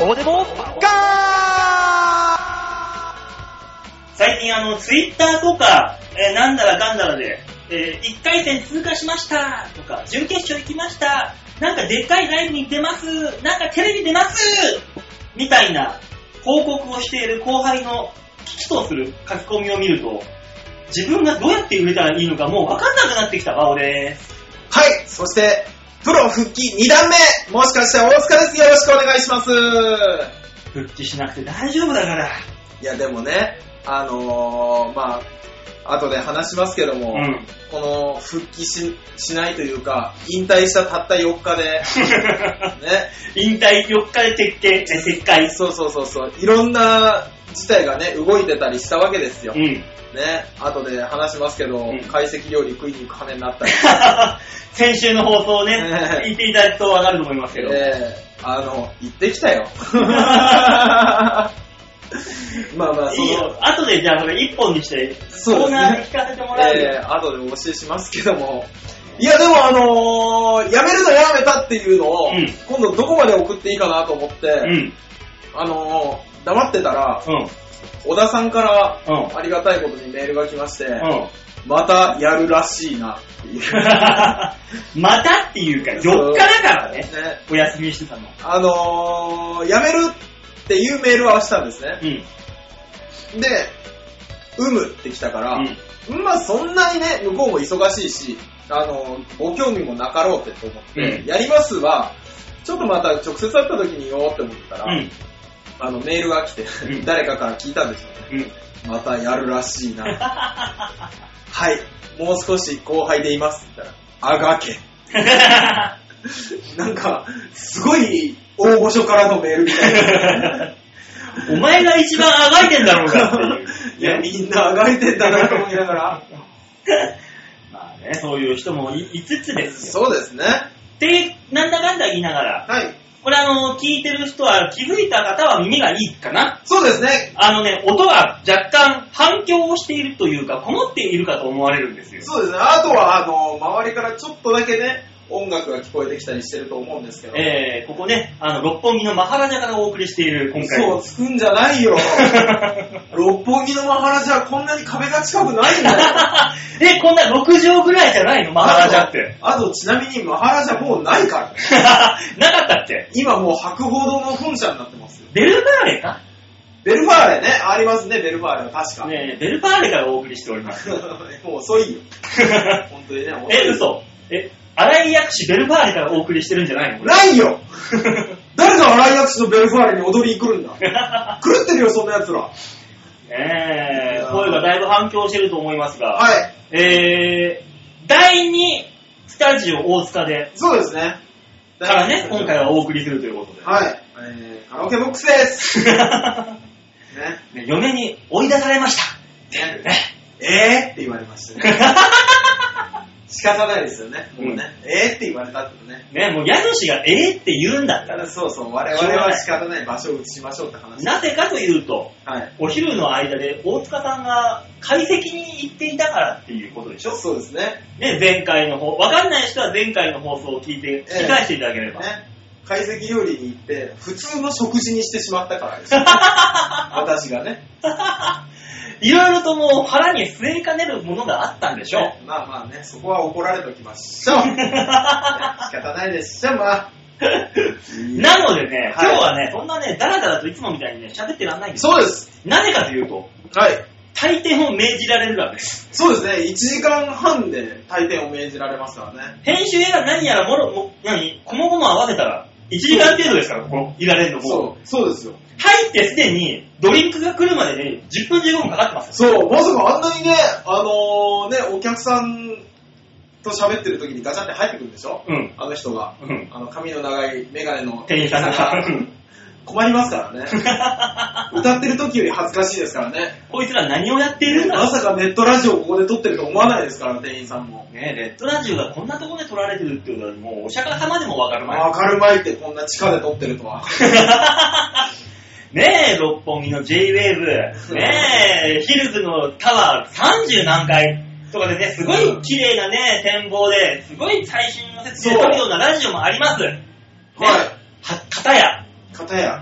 こうでもガー。最近ツイッターとか、なんだらかんだらで、1回戦通過しましたとか、準決勝行きました、なんかでっかいライブに出ます、なんかテレビ出ますみたいな報告をしている後輩の危機とする書き込みを見ると、自分がどうやって売れたらいいのかもう分かんなくなってきたバオです。 はい、そしてプロ復帰2段目、もしかして大塚です。よろしくお願いします。 復帰しなくて大丈夫だから。 いやでもね、まあ後で話しますけども、この復帰 しないというか引退したたった4日でね、 引退4日で撤回。 そういろんな事態がね動いてたりしたわけですよ。ね、後で話しますけど、懐石料理食いに行く羽になったり先週の放送をね、言っていただくとわかると思いますけど、 行ってきたよまあいいよ。後でじゃあこれ1本にしてコーナーで聞かせてもらうよ。 後でお教えしますけども、いやでもやめるのやめたっていうのを、今度どこまで送っていいかなと思って、黙ってたら、小田さんから、ありがたいことにメールが来まして、またやるらしいなっていうまたっていうか4日だからね、お休みしてたの。 やめるっていうメールはしたんですね。で、むって来たから、まあそんなにね、向こうも忙しいし、ご興味もなかろうってと思って、やりますは、ちょっとまた直接会った時に言おうって思ったら、メールが来て、誰かから聞いたんですよね。またやるらしいな。はい、もう少し後輩でいますって言ったら、あがけ。なんか、すごい大御所からのメールみたいな。 お前が一番あがいてんだろうかっていう。 いや、みんなあがいてんだなと思いながら。 まあね、そういう人もいつつですよ。 そうですね。 で、なんだかんだ言いながら、これ聞いてる人は気づいた方は耳がいいかな。 そうですね。 音が若干反響をしているというか、こもっているかと思われるんですよ。 そうですね。あとは、周りからちょっとだけね、音楽が聞こえてきたりしてると思うんですけど。 ここね、六本木のマハラジャからお送りしている今回。 そうつくんじゃないよ。六本木のマハラジャはこんなに壁が近くないんだよ。 こんな6畳ぐらいじゃないのマハラジャって。 あとちなみにマハラジャもうないから。 なかったっけ？ 今もう博報堂の本社になってますよ。 ベルファーレか？ ベルファーレね、ありますね、ベルファーレは確か。 ねえ、ベルファーレからお送りしております。 もう遅いよ。本当にね。 嘘。荒井薬師ベルファーレからお送りしてるんじゃないの？ ないよ。誰が荒井薬師のベルファーレに踊りに来るんだ。狂ってるよ、そんな奴ら。 声がだいぶ反響してると思いますが、第2スタジオ大塚で、 そうですね。 からね、今回はお送りするということで。 カラオケボックスです。 嫁に追い出されました。 って言われましたね。仕方ないですよね。もうね、って言われたってね。 もう家主がって言うんだったら、 そう、我々は仕方ない場所を移しましょうって話。 なぜかというと、お昼の間で大塚さんが解析に行っていたからっていうことでしょ？ そうですね。 前回のわかんない人は前回の放送を聞いて、聞き返していただければ。 解析料理に行って、普通の食事にしてしまったからですよ。私がね。 いろいろともう腹に据えかねるものがあったんでしょ。 まあね、そこは怒られときましょう。仕方ないでしょ、まあ。 なのでね、今日はね、そんなね、だらだらといつもみたいにね、喋ってらんないんですよ。 そうです。 なぜかというと、退店を命じられるわけです。 そうですね、1時間半で退店を命じられますからね。 編集やら何やらこもごも合わせたら、1時間程度ですから、いられるのも。 そうですよ。 入ってすでにドリンクが来るまでに10分15分かかってます。 そう、まさかあんなにね、お客さんと喋ってる時にガチャって入ってくるんでしょ？あの人が。髪の長いメガネの店員さんが。 困りますからね。歌ってる時より恥ずかしいですからね。 こいつら何をやっているんだ。 まさかネットラジオここで撮ってると思わないですから、店員さんも。 ネットラジオがこんなところで撮られてるってことは、もうお釈迦様でもわかるまい。 わかるまいってこんな地下で撮ってるとは。 六本木の J-Wave、ヒルズのタワー30何階とかでね、すごい綺麗なね、展望で、すごい最新の設備で撮るようなラジオもあります。片や、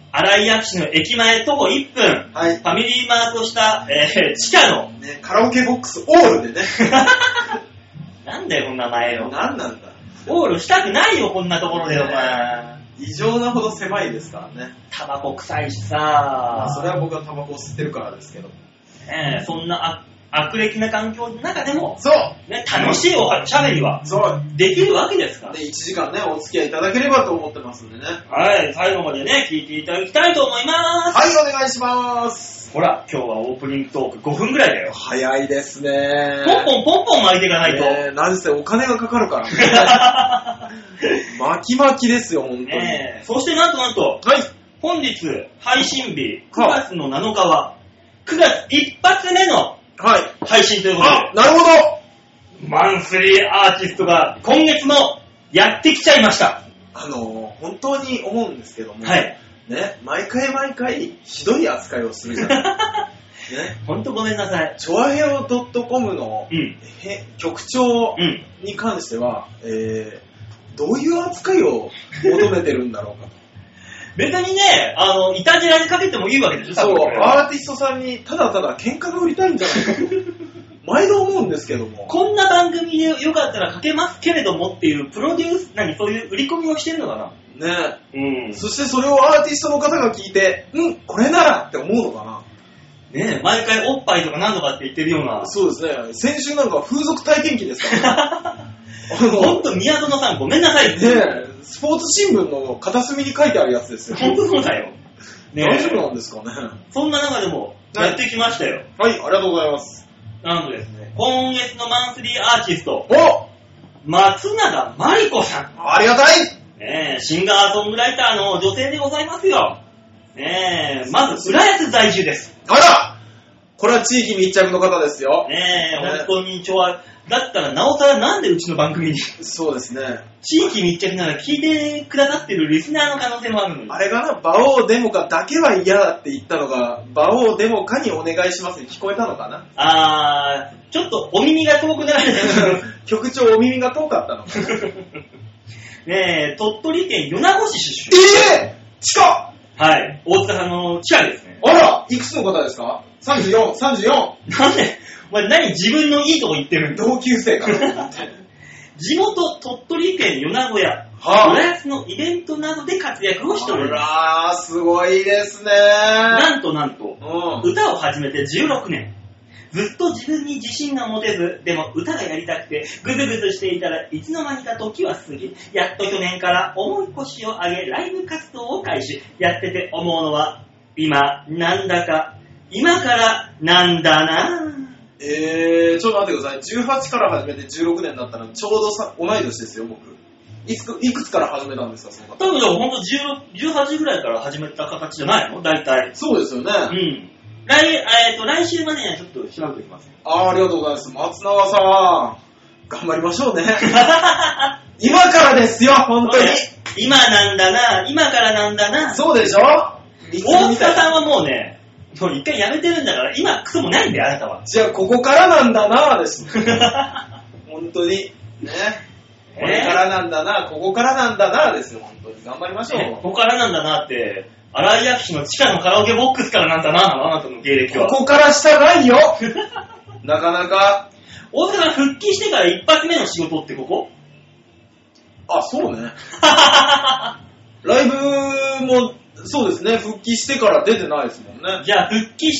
新井薬師の駅前徒歩1分、 はい、 ファミリーマートした、地下の、 ね、カラオケボックスオールでね。 なんだよ、こんな前よ。 なんなんだ。 オールしたくないよ、こんなところで、お前。 異常なほど狭いですからね。 タバコ臭いしさ、 まあ、それは僕はタバコを吸ってるからですけど。 そんな悪劣な環境の中でも、 そう、 ね、楽しいおしゃべりは、 そうできるわけですから。 で、1時間ね、お付き合いいただければと思ってますんでね。 はい、最後までね、聞いていただきたいと思います。 はい、お願いします。 ほら、今日はオープニングトーク5分ぐらいだよ。 早いですね。 ポンポンポンポン巻いていかないと。 なんせお金がかかるからね。巻き巻きですよ、本当に。 そしてなんと、 はい、 本日配信日9月の7日は、9月一発目の配信ということで。 あ、なるほど。 マンスリーアーティストが今月もやってきちゃいました。 本当に思うんですけども。 はい。 ね、毎回ひどい扱いをするじゃない。ね、 ほんとごめんなさい。 チョアヘオ .com の、局長に関しては、どういう扱いを求めてるんだろうかと。 別にね、いたじらにかけてもいいわけでしょ。 そう、アーティストさんにただただ喧嘩が売りたいんじゃないかと。毎度思うんですけども。 こんな番組でよかったらかけますけれどもっていうプロデュース、そういう売り込みをしてるのかな。 ね、そしてそれをアーティストの方が聞いて、これならって思うのかな。 ね、毎回おっぱいとか何とかって言ってるような。 そうですね。先週なんか風俗体験記ですから。 ほんと宮園さんごめんなさい。 ね、スポーツ新聞の片隅に書いてあるやつですよ。 ほんとそうだよ。 ね、大丈夫なんですかね。 そんな中でもやってきましたよ。 はい、ありがとうございます。 なんとですね、今月のマンスリーアーティスト、 お、 松永まりこさん。 ありがたい。 ね、シンガーソングライターの女性でございますよ。ね、まず浦安在住です。 あら、これは地域密着の方ですよ。 ね、本当にだったらなおさらなんでうちの番組に。 そうですね。 地域密着なら聞いてくださってるリスナーの可能性もあるのに。 あれかな、馬王デモカだけは嫌だって言ったのが、馬王デモカにお願いしますに聞こえたのかな。 ちょっとお耳が遠くなられた。 局長お耳が遠かったのかな。 ねえ、鳥取県米子市出身。 地下。 はい、大塚さんの地下ですね。 あら、いくつの方ですか？34。 なんで、お前何自分のいいとこ言ってるんだ。 同級生かな。 地元鳥取県米子や、浦安のイベントなどで活躍をしております。 あら、すごいですね。 なんと、歌を始めて16年。ずっと自分に自信が持てず、でも歌がやりたくて、ぐずぐずしていたらいつの間にか時は過ぎ、やっと去年から重い腰を上げ、ライブ活動を開始。やってて思うのは、今からなんだな。 ちょっと待ってください。18から始めて16年だったらちょうど同い年ですよ、僕。いくつから始めたんですか、その方。 多分ほんと18ぐらいから始めた形じゃないの？大体。 そうですよね。 うん。来週までにはちょっと調べておきます。 ありがとうございます。松永さん、頑張りましょうね。今からですよ、本当に。 今からなんだな。 そうでしょ？ 大塚さんはもうね、もう一回やめてるんだから、今クソもないんだよ、あなたは。 じゃあ、ここからなんだな、です。本当に。ね。これからなんだな、ここからなんだな、ですよ、本当に。頑張りましょう。 ここからなんだなって、新井薬師の地下のカラオケボックスからなんだな、あなたの芸歴は。 ここから下ないよ。なかなか。 大塚さん復帰してから一発目の仕事ってここ？ あ、そうね。ライブも、そうですね、復帰してから出てないですもんね。 じゃあ復帰して、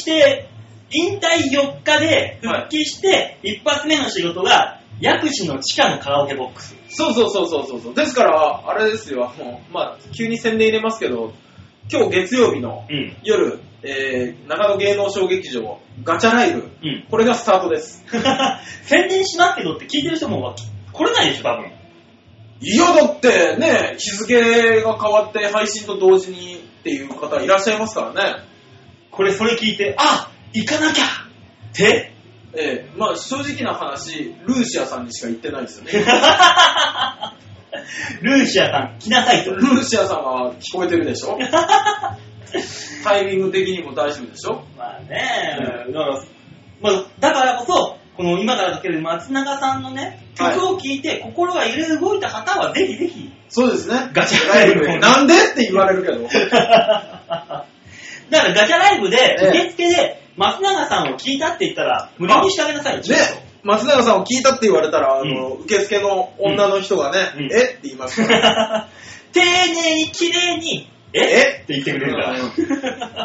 引退4日で復帰して、一発目の仕事が、薬師の地下のカラオケボックス。 そう。ですから、あれですよ、急に宣伝入れますけど、今日月曜日の夜、長野芸能小劇場ガチャライブ、これがスタートです。 宣伝しますけどって聞いてる人も来れないでしょ、多分。 いや、だってね、日付が変わって配信と同時にっていう方いらっしゃいますからね。 それ聞いて、行かなきゃって？ 正直な話、ルーシアさんにしか言ってないですよね。 ルーシアさん、来なさいと。 ルーシアさんは聞こえてるでしょ。タイミング的にも大丈夫でしょ。 だからこそ、 この今からかける松永さんのね、曲を聴いて心が揺れ動いた方はぜひぜひ。 そうですね。 ガチャライブで。 なんでって言われるけど。 だからガチャライブで、受付で松永さんを聴いたって言ったら、無料にしてあげなさいよ。 ね。松永さんを聞いたって言われたら、受付の女の人がね、って言いますから。 丁寧に綺麗に、って言ってくれるから。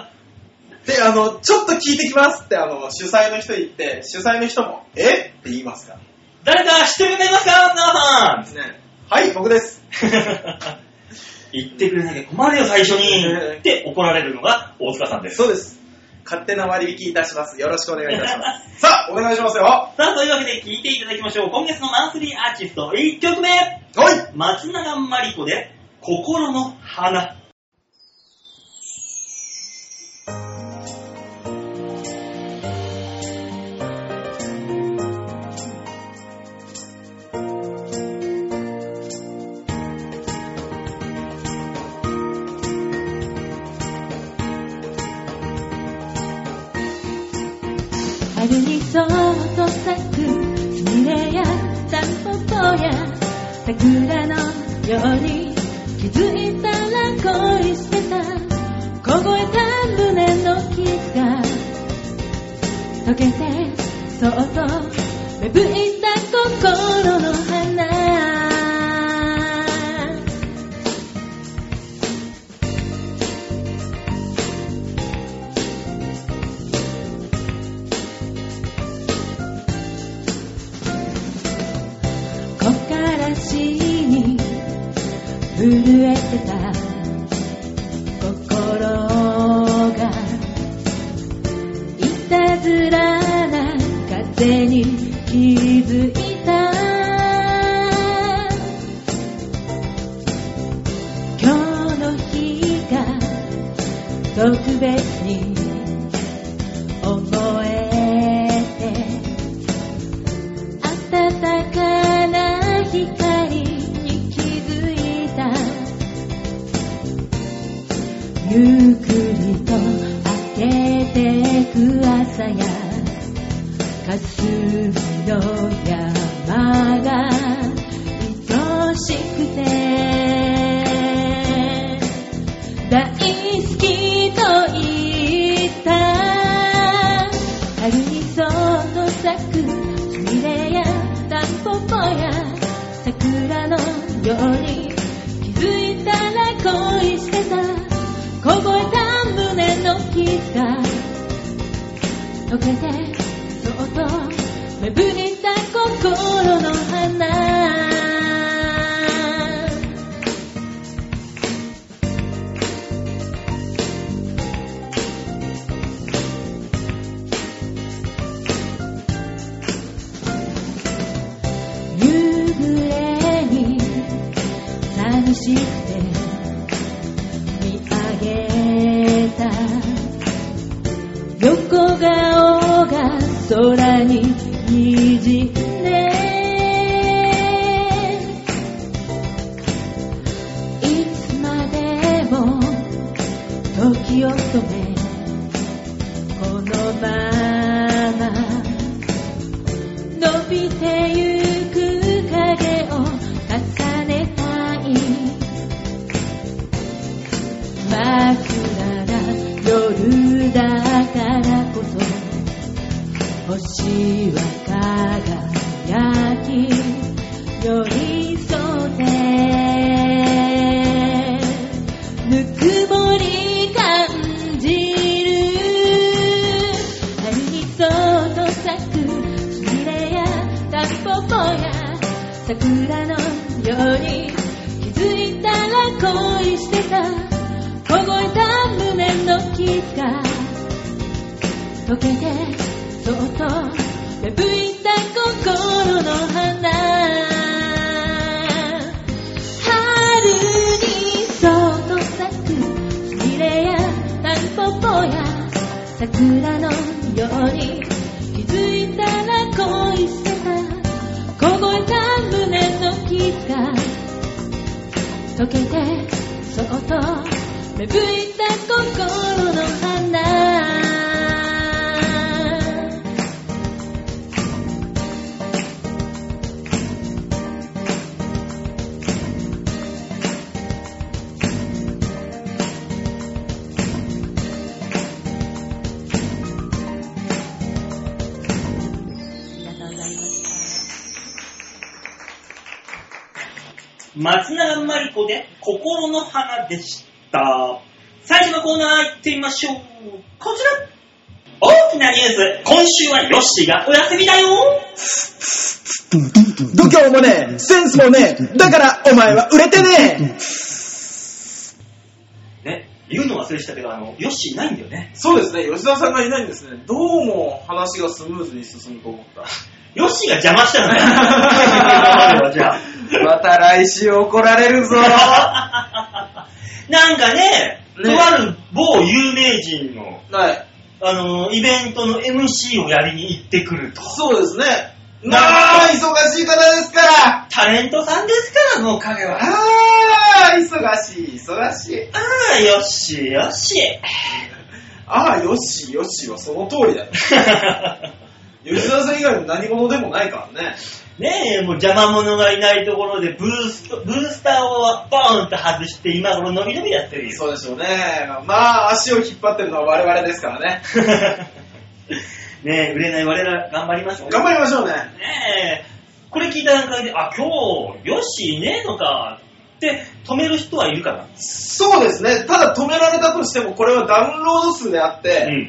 で、ちょっと聞いてきますって、主催の人言って、主催の人も、って言いますから。 誰か知ってくれますか皆さん、 ね、はい、僕です。 言ってくれなきゃ困るよ、最初に。って怒られるのが大塚さんです。 そうです。勝手な割引いたします。よろしくお願いいたします。さあ、お願いしますよ。 さあ、というわけで聞いていただきましょう。今月のマンスリーアーティスト1曲目。 はい。 松永まりこで、心の花。 春にそっと咲くスミレやタンポポや桜のように気づいたら恋してた凍えた胸の傷が溶けてそっと芽吹いた心の花震えてた心がいたずらな風に気づいた今日の日が特別に思えて暖かな光ゆっくりと明けてく朝や霞の山が愛しくて大好きと言った春にそっと咲くスミレやタンポポや桜のように気づいたら恋してた凍えた胸の傷が溶けてそっと芽吹いた心の花夕暮れに寂しくて横顔が空に滲んでいつまでも時を止めこのまま伸びてゆく影を重ねたい真っ暗な夜だからこそ星は輝き寄り添ってぬくもり感じる春にそっと咲くスミレやタンポポや桜のように気づいたら恋してた凍えた胸の傷が溶けてそっと芽吹いた心の花春にそっと咲くスミレやタンポポや桜のように気づいたら恋してた凍えた胸の傷が溶けてそっと芽吹いた心の花松永まりこで心の花でした。最初のコーナー行ってみましょう。こちら。大きなニュース。今週はヨッシーがお休みだよ。 度胸もね、センスもね、だからお前は売れてね。 ね、言うの忘れしたけど、ヨッシーいないんだよね。 そうですね、吉田さんがいないんですね。どうも話がスムーズに進むと思った。 ヨッシーが邪魔したのね。じゃあまた来週怒られるぞ。 なんかね、とある某有名人の、 はい。 イベントの MC をやりに行ってくると。 そうですね。まあ、忙しい方ですから。 タレントさんですから、もう彼は。 ああ、忙しい、忙しい。 ああ、よっしー、よっしー。 ああ、よっしー、よっしーはその通りだよ。吉田さん以外の何者でもないからね。 ねえ、もう邪魔者がいないところでブースターをボーンと外して今頃伸び伸びやってるよ。 そうでしょうね。まあ、足を引っ張ってるのは我々ですからね。 ねえ、売れない我々頑張りましょうね。 頑張りましょうね。 ねえ、これ聞いた段階で、あ、今日、ヨッシーいねえのかって止める人はいるかな。 そうですね。ただ止められたとしても、これはダウンロード数であって、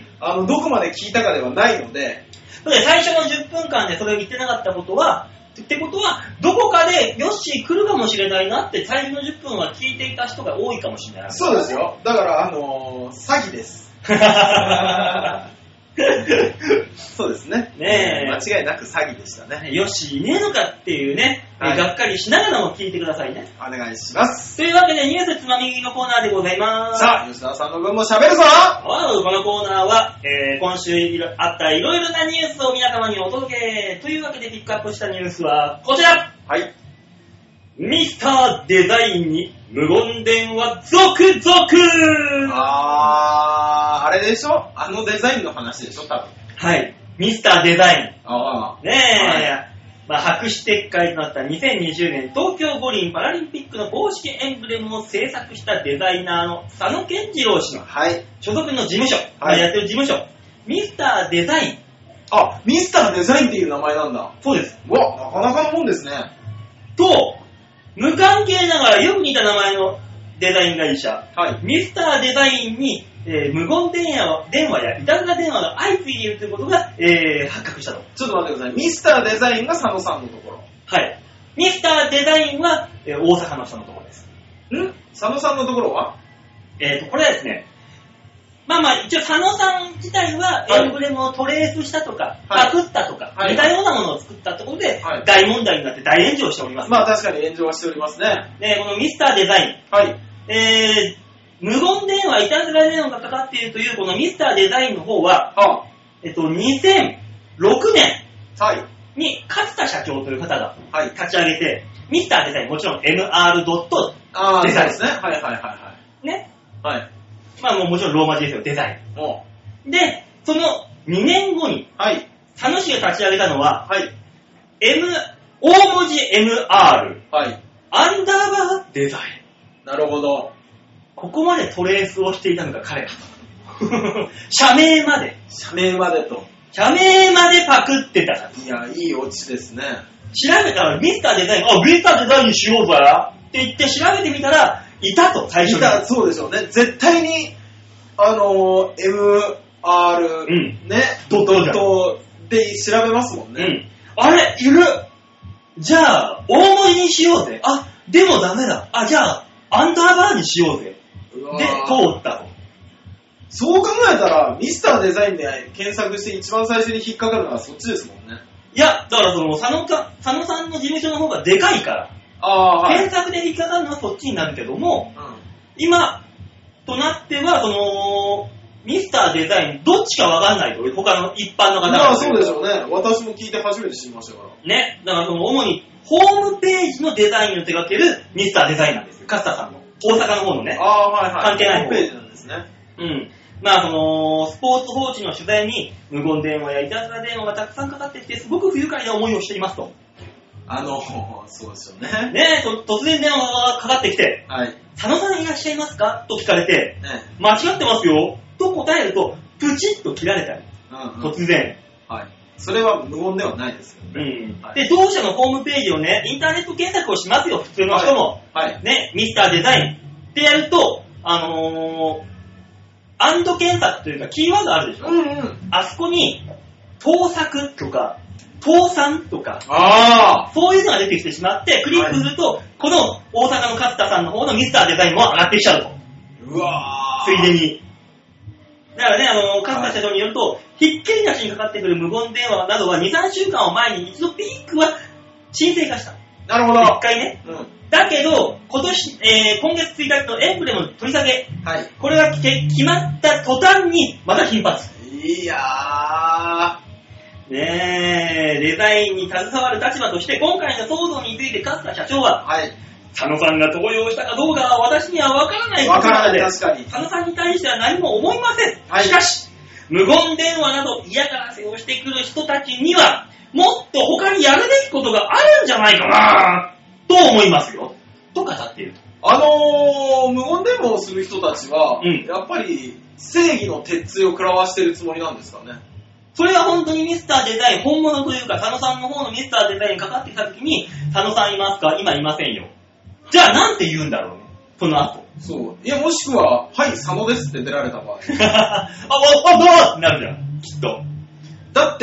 どこまで聞いたかではないので、 最初の10分間でそれを言ってなかったことは、ってことは、どこかでヨッシー来るかもしれないなって最初の10分は聞いていた人が多いかもしれない。 そうですよ。だから、詐欺です。そうですね。 ねえ。 間違いなく詐欺でしたね。 ヨッシーいねえのかっていうね、がっかりしながらも聞いてくださいね。 お願いします。 というわけでニュースつまみのコーナーでございます。 さあ、吉田さんの分も喋るぞ。 このコーナーは、今週あったいろいろなニュースを皆様にお届け。というわけでピックアップしたニュースはこちら。 はい。 ミスターデザインに無言電話続々。 あれでしょ？デザインの話でしょ、多分。 はい。ミスターデザイン。ねえ、 はい、 白紙撤回となった2020年東京五輪パラリンピックの公式エンブレムを制作したデザイナーの佐野健次郎氏の所属の事務所、やってる事務所、ミスターデザイン。 あ、ミスターデザインっていう名前なんだ。 そうです。 うわ、なかなかのもんですね。 と、無関係ながらよく似た名前のデザイン会社、ミスターデザインに、無言電話やいたずら電話が相次いでいるということが、発覚したと。 ちょっと待ってください。ミスターデザインが佐野さんのところ。 はい。ミスターデザインは、大阪の人のところです。 佐野さんのところはこれはですね、一応佐野さん自体はエンブレムをトレースしたとか、パクったとか、似たようなものを作ったところで、大問題になって大炎上しております。 まあ確かに炎上はしておりますね。 このミスターデザイン。 はい。 無言電話、いたずら電話がかかっているというこのミスターデザインの方は、2006年に勝田社長という方が立ち上げて、ミスターデザイン、もちろん MR. デザインですね。ね。はい。もちろんローマ字ですよ、デザイン。で、その2年後に、佐野氏が立ち上げたのは、大文字 MR、アンダーバーデザイン。 なるほど。 ここまでトレースをしていたのが彼らと。社名まで。 社名までと。 社名までパクってた。 いや、いいオチですね。 調べたら、ミスターデザイン、ミスターデザインにしようぜって言って調べてみたら、いたと、最初に。 いた、そうでしょうね。絶対に、MR、ね、ドットで調べますもんね。 あれ、いる。じゃあ、大文字にしようぜ。でもダメだ。じゃあ、アンダーバーにしようぜ。で、通ったと。 そう考えたら、ミスターデザインで検索して一番最初に引っかかるのはそっちですもんね。 いや、だから佐野さんの事務所の方がでかいから、検索で引っかかるのはそっちになるけども、今となっては、ミスターデザイン、どっちかわかんないと、他の一般の方が。 そうでしょうね。私も聞いて初めて知りましたから。 ね。だから主に、ホームページのデザインを手掛けるミスターデザインなんですよ。勝田さんの。大阪の方のね。関係ない方。 ホームページなんですね。 スポーツ報知の取材に、無言電話やいたずら電話がたくさんかかってきて、すごく不愉快な思いをしていますと。 そうですよね。 ね、突然電話がかかってきて、佐野さんいらっしゃいますかと聞かれて、間違ってますよと答えると、プチッと切られたり、突然。 それは無言ではないですよね。はい、で、同社のホームページをね、インターネット検索をしますよ、普通の人も。はい。ね、ミスターデザインってやると、アンド検索というかキーワードあるでしょ。あそこに、盗作とか、倒産とか、そういうのが出てきてしまって、クリックすると、この大阪の勝田さんの方のミスターデザインも上がってきちゃうと。 うわついでに。だからね、勝田社長によると、ひっきりなしにかかってくる無言電話などは2、3週間を前に一度ピークは沈静化した。 なるほど。 一回ね。だけど、今月1日のエンブレムの取り下げ。はい。これが決まった途端に、また頻発。 いやー。 ねえ、デザインに携わる立場として、今回の騒動について勝田社長は、はい。佐野さんが登用したかどうかは私には分からないことなので、 確かに。 佐野さんに対しては何も思いません。はい。しかし、無言電話など嫌がらせをしてくる人たちには、もっと他にやるべきことがあるんじゃないかなと思いますよ。と語っていると。 無言電話をする人たちは、やっぱり正義の鉄槌を食らわしてるつもりなんですかね。 それは本当にミスターデザイン、本物というか、佐野さんの方のミスターデザインにかかってきたときに、佐野さんいますか？今いませんよ。じゃあなんて言うんだろうね。その後。 そう。いや、もしくは、はい、佐野ですって出られた場合。 どうってなるじゃん。きっと。 だって、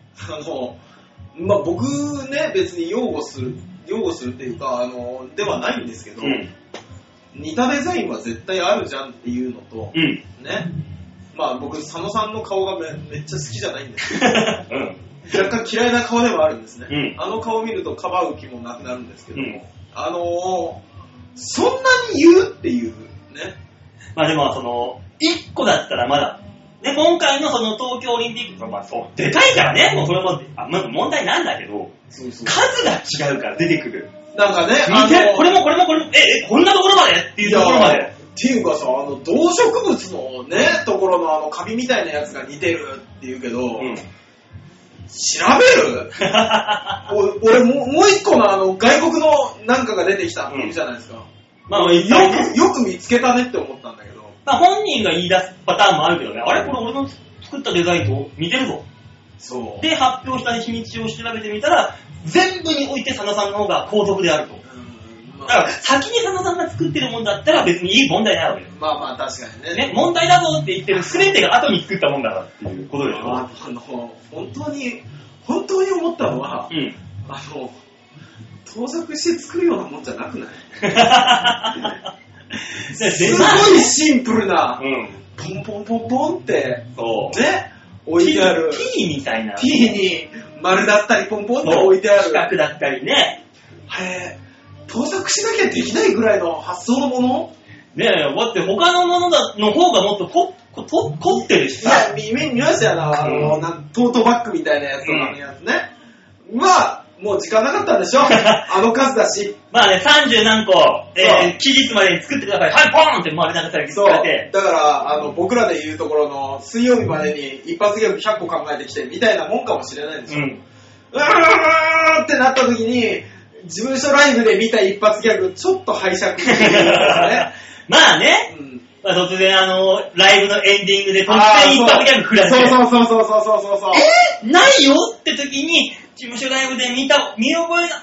僕ね、別に擁護するっていうか、ではないんですけど、似たデザインは絶対あるじゃんっていうのと、ね。まあ僕、佐野さんの顔がめっちゃ好きじゃないんですけど、若干嫌いな顔でもあるんですね。あの顔を見るとかばう気もなくなるんですけども、そんなに言うっていうね。 まあでも1個だったらまだ、ね、今回のその東京オリンピックがまあそうでかいからね、もうそれも問題なんだけど、数が違うから出てくる。 なんかね、 これもこんなところまでっていうところまで。 っていうかさ、動植物のね、ところのカビみたいなやつが似てるって言うけど、調べる俺もう一個の外国のなんかが出てきたって言うじゃないですか。まあ、よく見つけたねって思ったんだけど。 まあ、本人が言い出すパターンもあるけどね、あれこれ俺の作ったデザインと似てるぞ。そう。で、発表した日にちを調べてみたら、全部において佐野さんの方が後続であると。だから、先に佐野さんが作ってるもんだったら別にいい問題ないわけです。 まあまあ確かにね。 問題だぞって言ってる全てが後に作ったもんだからっていうことでしょ。 本当に思ったのは、盗作して作るようなもんじゃなくないすごいシンプルな、ポンポンポンポンって、ね、置いてある。 T みたいな。 T に丸だったりポンポンって置いてある。 四角だったりね。 盗作しなきゃできないぐらいの発想のものねえ、だって他のものの方がもっと凝ってるしさ。 いや、見ましたよトートバッグみたいなやつとかのやつね。まあ、もう時間なかったんでしょ数だし。 まあね、30何個、期日までに作ってください。はい、ポーンって丸流されて作られて。 だから、僕らで言うところの、水曜日までに一発ギャグ100個考えてきて、みたいなもんかもしれないでしょ。ってなった時に、事務所ライブで見た一発ギャグ、ちょっと拝借っていうね。 まあね、まあ、突然ライブのエンディングで突然一発ギャグ振られて。 そう。 ないよって時に、事務所ライブで見覚えがあった、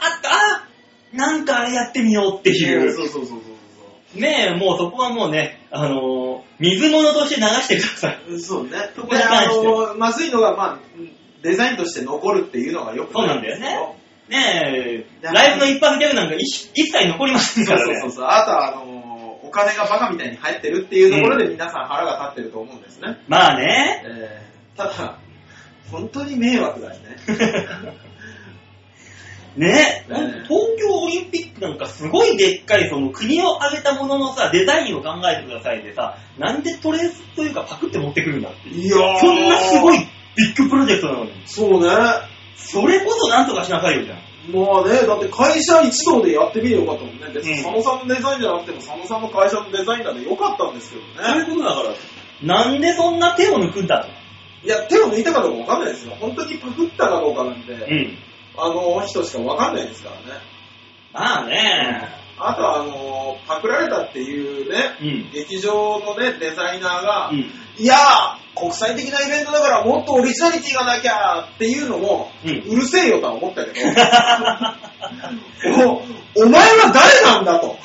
なんかあれやってみようっていう。 そう。 ねえ、もうそこはもうね、水物として流してください。 そうね。 そこに関してまずいのが、まあ、デザインとして残るっていうのがよくそうなんだよね。ねえ、ライブの一発ギャグなんか一切残りませんからね。 そう。あとは、お金がバカみたいに入ってるっていうところで皆さん腹が立ってると思うんですね。 まあね。 ただ、本当に迷惑だよね。 ね、東京オリンピックなんかすごいでっかいその国を挙げたもののさ、デザインを考えてくださいでさ、なんでトレースというかパクって持ってくるんだっていう。 いやー。 そんなすごいビッグプロジェクトなのに。 そうね。 それこそなんとかしなさいよじゃん。 まあね、だって会社一同でやってみればよかったもんね。別に佐野さんのデザインじゃなくても佐野さんの会社のデザインだでよかったんですけどね。 そういうことだから、なんでそんな手を抜くんだと。 いや、手を抜いたかどうかわかんないですよ。本当にパクったかどうかなんて、人しかわかんないですからね。 まあね。 あとはパクられたっていうね、劇場のね、デザイナーが、いやー、 国際的なイベントだからもっとオリジナリティがなきゃっていうのも、うるせえよとは思ったけど、お前は誰なんだと。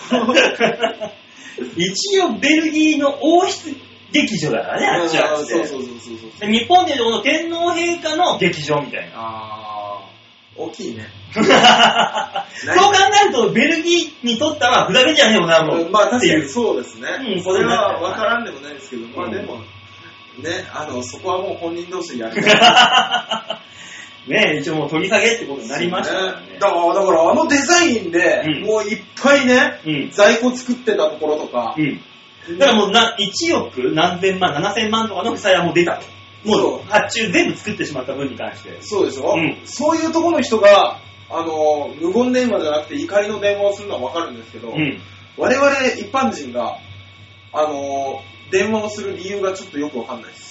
一応ベルギーの王室劇場だからね、あっちは。 そう。 日本でいうとこの天皇陛下の劇場みたいな。 大きいね。 そう考えると、ベルギーにとったらふざけんじゃねえよな、もう。 まあ確かにそうですね。それは分からんでもないですけど、まあでも、ね、そこはもう本人同士でやりたい。 ねえ、一応もう取り下げってことになりましたからね。 だからあのデザインで、もういっぱいね、在庫作ってたところとか、 だからもう1億何千万、7000万とかの負債はもう出たと。もう発注全部作ってしまった分に関して。 そうでしょ、そういうところの人が、無言電話じゃなくて怒りの電話をするのはわかるんですけど、我々一般人が、電話をする理由がちょっとよくわかんないです。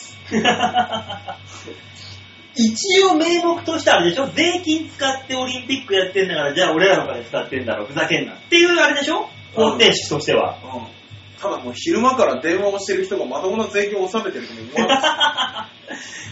一応名目としてあれでしょ、税金使ってオリンピックやってんだから、じゃあ俺らの金使ってんだろ、ふざけんなっていうあれでしょ、方程式としては。 ただもう昼間から電話をしてる人がまともな税金を納めてるとも思わない。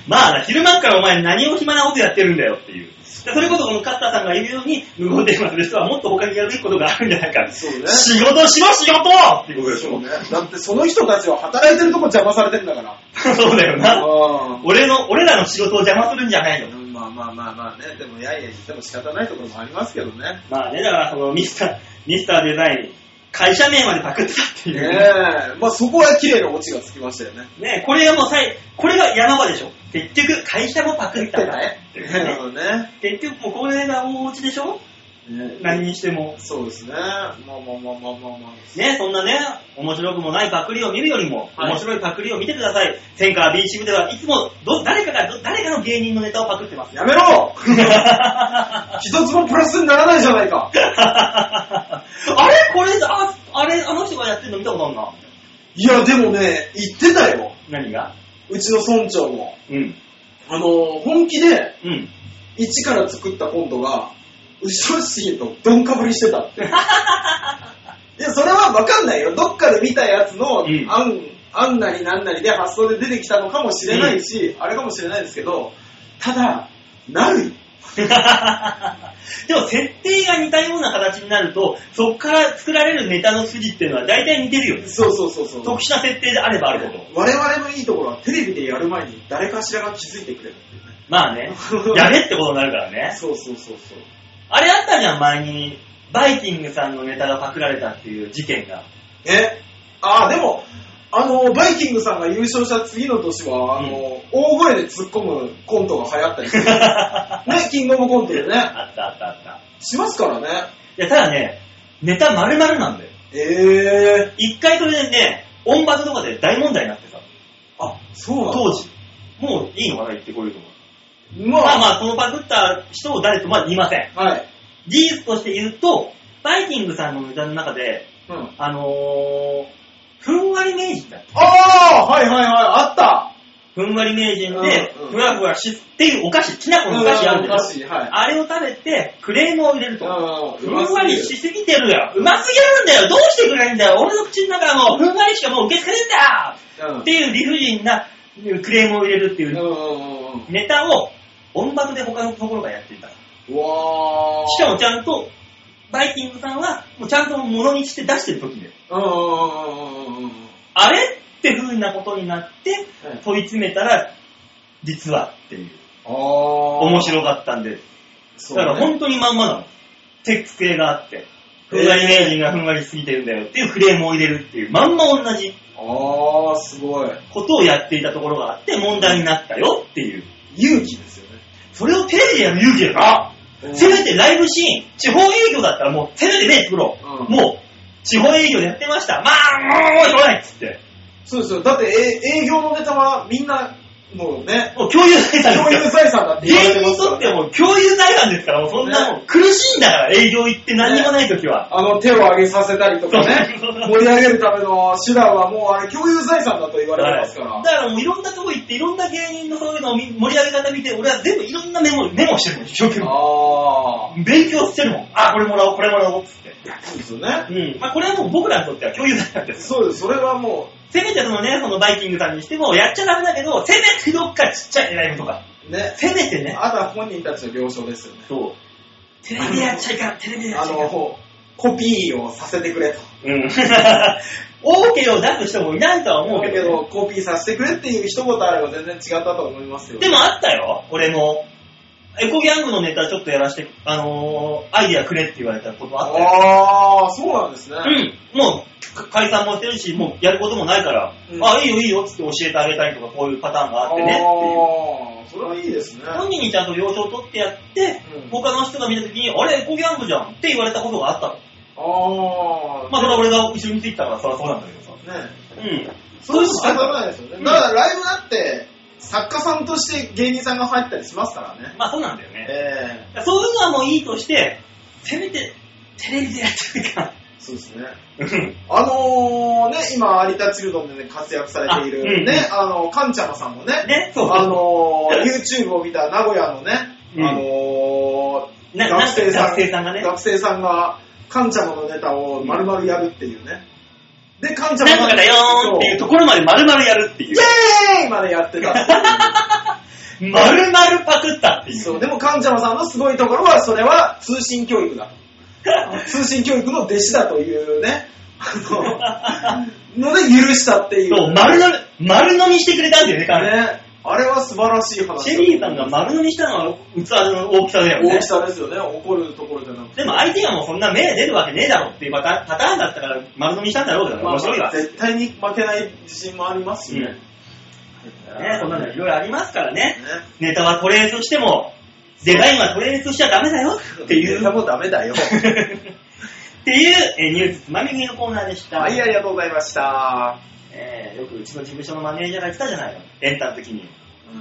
まあな、昼間からお前何を暇なことやってるんだよっていう。それこそこのカッターさんが言うように、無言電話する人はもっと他にやるべきことがあるんじゃないか。 そうね。 仕事しろ仕事っていうことでしょ。 そうね。だってその人たちは働いてるとこ邪魔されてるんだから。 そうだよな。俺らの仕事を邪魔するんじゃないの。 まあね。でもいや言っても仕方ないところもありますけどね。 まあね、だからそのミスターデザイン、会社名までパクってたっていう。 まあそこは綺麗なオチがつきましたよね。 ね、これがもうこれが山場でしょ。結局会社もパクったからね。結局もうこれが大オチでしょ。何にしても。 そうですね。まあ。 ね、そんなね、面白くもないパクリを見るよりも、面白いパクリを見てください。センカー B チームではいつも誰かの芸人のネタをパクってます。 やめろ一つもプラスにならないじゃないか。 あれこれ、あの人がやってるの見たことあるな。 いや、でもね、言ってたよ。 何が？ うちの村長も。本気で、一から作ったコントが、後ろシーンとドンかぶりしてたって。いや、それはわかんないよ。どっかで見たやつの、案なりなんなりで発想で出てきたのかもしれないし、あれかもしれないですけど、ただ、なるよ。 でも設定が似たような形になると、そっから作られるネタの筋っていうのは大体似てるよね。 そう。 特殊な設定であればあるほど。 我々のいいところはテレビでやる前に誰かしらが気づいてくれるっていうね。 まあね、やれってことになるからね。 そう。 あれあったじゃん、前に。バイキングさんのネタがパクられたっていう事件が。 でも、バイキングさんが優勝した次の年は、大声で突っ込むコントが流行ったりする。ね、キングオブコントでね。 あった。 しますからね。 いや、ただね、ネタ丸々なんだよ。一回それでね、音バズとかで大問題になってさ。 あ、そうなんだ。 当時。もういいのかな、言ってこういうとこ。 まあ、 そのパクった人を誰とまだ言いません。 はい。 事実として言うと、バイキングさんのネタの中で、ふんわり名人だった。 はい、あった。 ふんわり名人で、ふわふわしっていうお菓子、きな粉のお菓子あるんだよ。あれを食べて、クレームを入れると。ふんわりしすぎてるよ。うますぎるんだよ。どうしてくれないんだよ。俺の口の中はもうふんわりしかもう受け付けねえんだよ。っていう理不尽なクレームを入れるっていうネタを音楽で他のところがやっていた。しかもちゃんと、バイキングさんはもうちゃんと物にして出してる時で。あれって風なことになって問い詰めたら、実はっていう。面白かったんで。だから本当にまんまなの。テック性があって。ふんわり名人がふんわりすぎてるんだよっていうクレームを入れるっていう、まんま同じ。 すごい。 ことをやっていたところがあって問題になったよっていう。 勇気ですよね。 それをテレビでやる勇気だな。せめてライブシーン、地方営業だったらもうせめてね、プロ。もう、地方営業でやってました。まあ、もうしょうがないっつって。 そうですよ。だって営業のネタはみんな、もうね。 もう共有財産。 共有財産だって言われてますから、 芸人にとってはもう共有財産ですから、もうそんなもん苦しいんだから、営業行って何にもないときは。 手を上げさせたりとかね。盛り上げるための手段はもうあれ共有財産だと言われてますから。 だからもういろんなとこ行っていろんな芸人のそういうのを盛り上げ方見て、俺は全部いろんなメモしてるもん、一生懸命。勉強してるもん。これもらおう、これもらおうっつって。 そうですよね。 まあこれはもう僕らにとっては共有財産です。 そうです。それはもう、 せめてそのバイキングさんにしてもやっちゃダメだけど、せめてどっかちっちゃいライブとか。 ね。 せめてね。 あとは本人たちの了承ですよね。 そう。テレビでやっちゃいかん、テレビでやっちゃいかん。 コピーをさせてくれと。 うん。OK を出す人もいないとは思うけど。 コピーさせてくれっていう一言あれば全然違ったと思いますよ。 でもあったよ、俺も。エコギャングのネタちょっとやらして、アイディアくれって言われたことあったよ。 ああ、そうなんですね。 うん。もう、解散もしてるし、もうやることもないから、いいよいいよって教えてあげたりとか、こういうパターンがあってねっていう。 ああ、それはいいですね。 本人にちゃんと了承を取ってやって、他の人が見たときに、あれ、エコギャングじゃんって言われたことがあったの。まあ、それは俺が後ろについてたから、そりゃそうなんだけどさ。 ね。 うん。 そういう仕方ないですよね。だからライブだって、作家さんとして芸人さんが入ったりしますからね。 まあそうなんだよね。そういうのはもういいとして、せめてテレビでやってるか。 そうですね。今、有田チルドンで、ね、活躍されている、ね、カンチャマさんもね、YouTube を見た名古屋のね、学生さんが、カンチャマのネタを丸々やるっていうね。で、カンチャマなんとかだよーっていうところまで丸々やるっていう。 イェーイまでやってた。 丸々パクったっていう。 そう、でもカンチャマさんのすごいところは、それは通信教育だと。通信教育の弟子だというね、ので許したっていう。 そう、丸飲みしてくれたんだよね、彼ね。あれは素晴らしい話。 シェリーさんが丸飲みしたのは器の大きさだよね。 大きさですよね。怒るところじゃなくて。 でも相手がもうそんな目出るわけねえだろっていうパターンだったから丸飲みしたんだろうけど、面白いわ。 絶対に負けない自信もありますしね。 そんなのいろいろありますからね。ネタはトレースしても、デザインはトレースしちゃダメだよっていう。 ネタもダメだよ。 っていうニュースつまみ食いのコーナーでした。 はい、ありがとうございました。 よくうちの事務所のマネージャーが言ってたじゃないの。エンタの時に。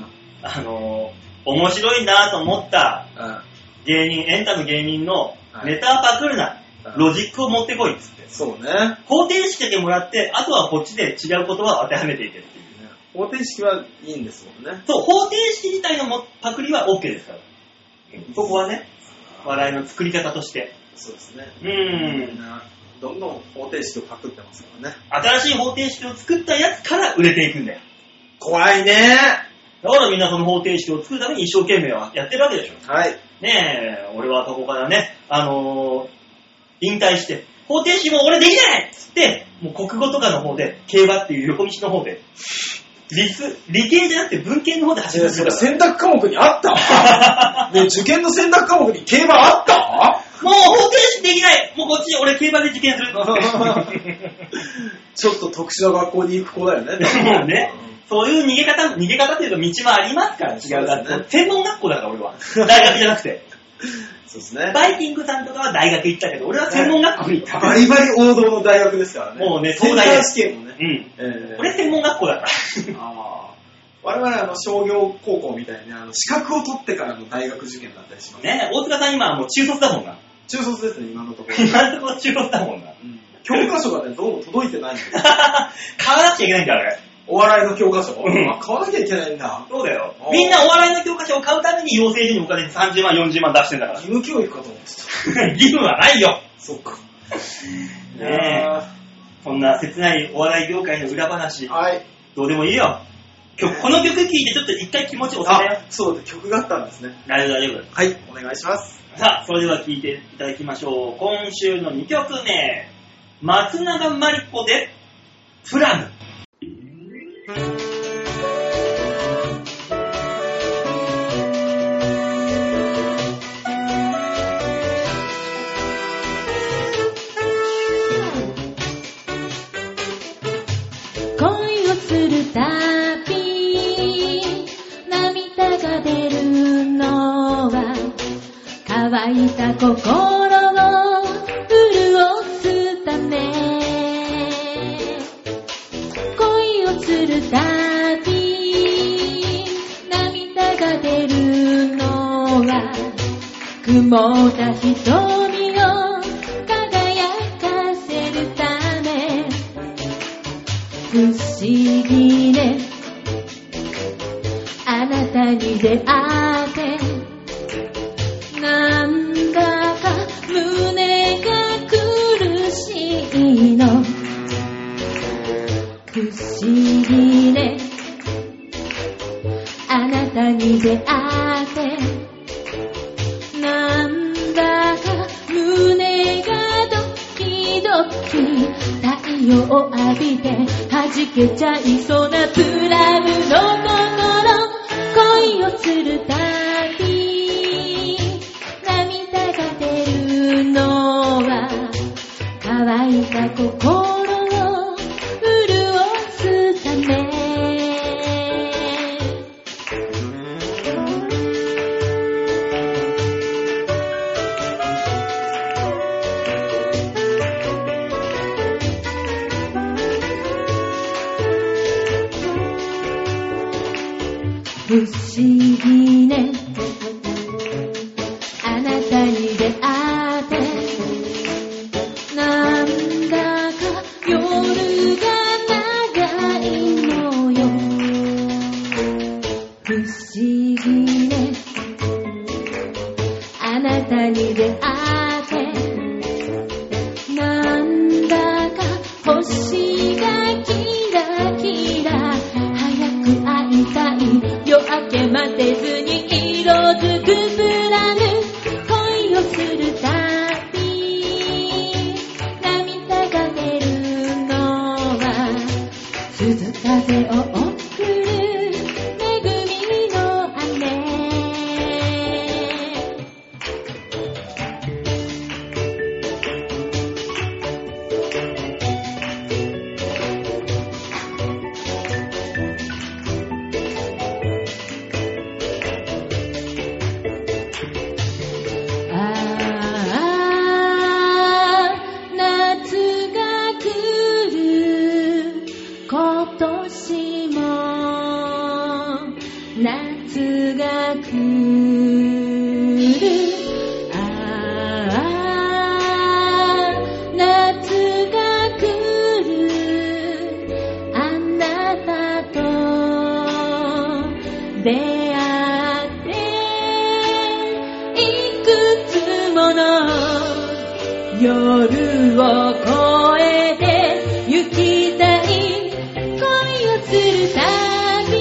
面白いなと思った芸人、エンタの芸人のネタはパクるな。ロジックを持ってこいっつって。 そうね。 方程式だけもらって、あとはこっちで違う言葉を当てはめていけっていうね。 方程式はいいんですもんね。 そう、方程式自体のパクリは OK ですから。そこはね、笑いの作り方として。 そうですね。どんどん方程式をパクってますからね。 新しい方程式を作ったやつから売れていくんだよ。 怖いね。 だからみんなその方程式を作るために一生懸命はやってるわけでしょ。 はい。 ねえ、俺はここからね、引退して、方程式も俺できないっつって、もう国語とかの方で、競馬っていう横道の方で、理系じゃなくて文系の方で走る。 それ選択科目にあったね、受験の選択科目に競馬あったもう方程式できない。もうこっち俺競馬で受験する。 ちょっと特殊な学校に行く子だよね。 もうね、そういう逃げ方っていうと道もありますから、違う学校。専門学校だから俺は。大学じゃなくて。 そうですね。 バイキングさんとかは大学行ったけど、俺は専門学校に行った。 バリバリ王道の大学ですからね。 もうね、東大試験もね。 俺専門学校だから。 我々商業高校みたいに資格を取ってからの大学受験だったりしますね。大塚さん今はもう中卒だもんな。 中卒ですね、今のところ。 今のところ中卒だもんな。 教科書がね、どうも届いてないんだよ。 買わなきゃいけないんだよ、あれ。 お笑いの教科書。買わなきゃいけないんだ。 そうだよ。みんなお笑いの教科書を買うために養成所にお金30万、40万出してんだから。 義務教育かと思ってた。義務はないよ。 そっか。 ねえ。そんな切ないお笑い業界の裏話。 はい。 どうでもいいよ。この曲聴いてちょっと一回気持ちを収めよう。 そうだ、曲があったんですね。 大丈夫。 はい、お願いします。 さあ、それでは聴いていただきましょう。今週の2曲目。松永まりこで、プラム。 恋をするたび涙が出るのは乾いた心を潤すため恋をするたび涙が出るのは曇った瞳を輝かせるため不思議ねあなたに出会ってなんだか胸が苦しいの不思出会ってなんだか胸がドキドキ太陽を浴びて弾けちゃいそうなプラムの心恋をするたび涙が出るのは乾いた心を潤すため不思議ねあなたに出会ってなんだか夜が長いのよ不思議ねあなたに出会ってなんだか星がキラキラ早く会いたい夜明け待てずに色づくプラム恋をするたび涙が出るのは鈴風を送る恵みの雨夏が来る夏が来るあなたと出会っていくつもの夜を越えて行きたい恋をするたび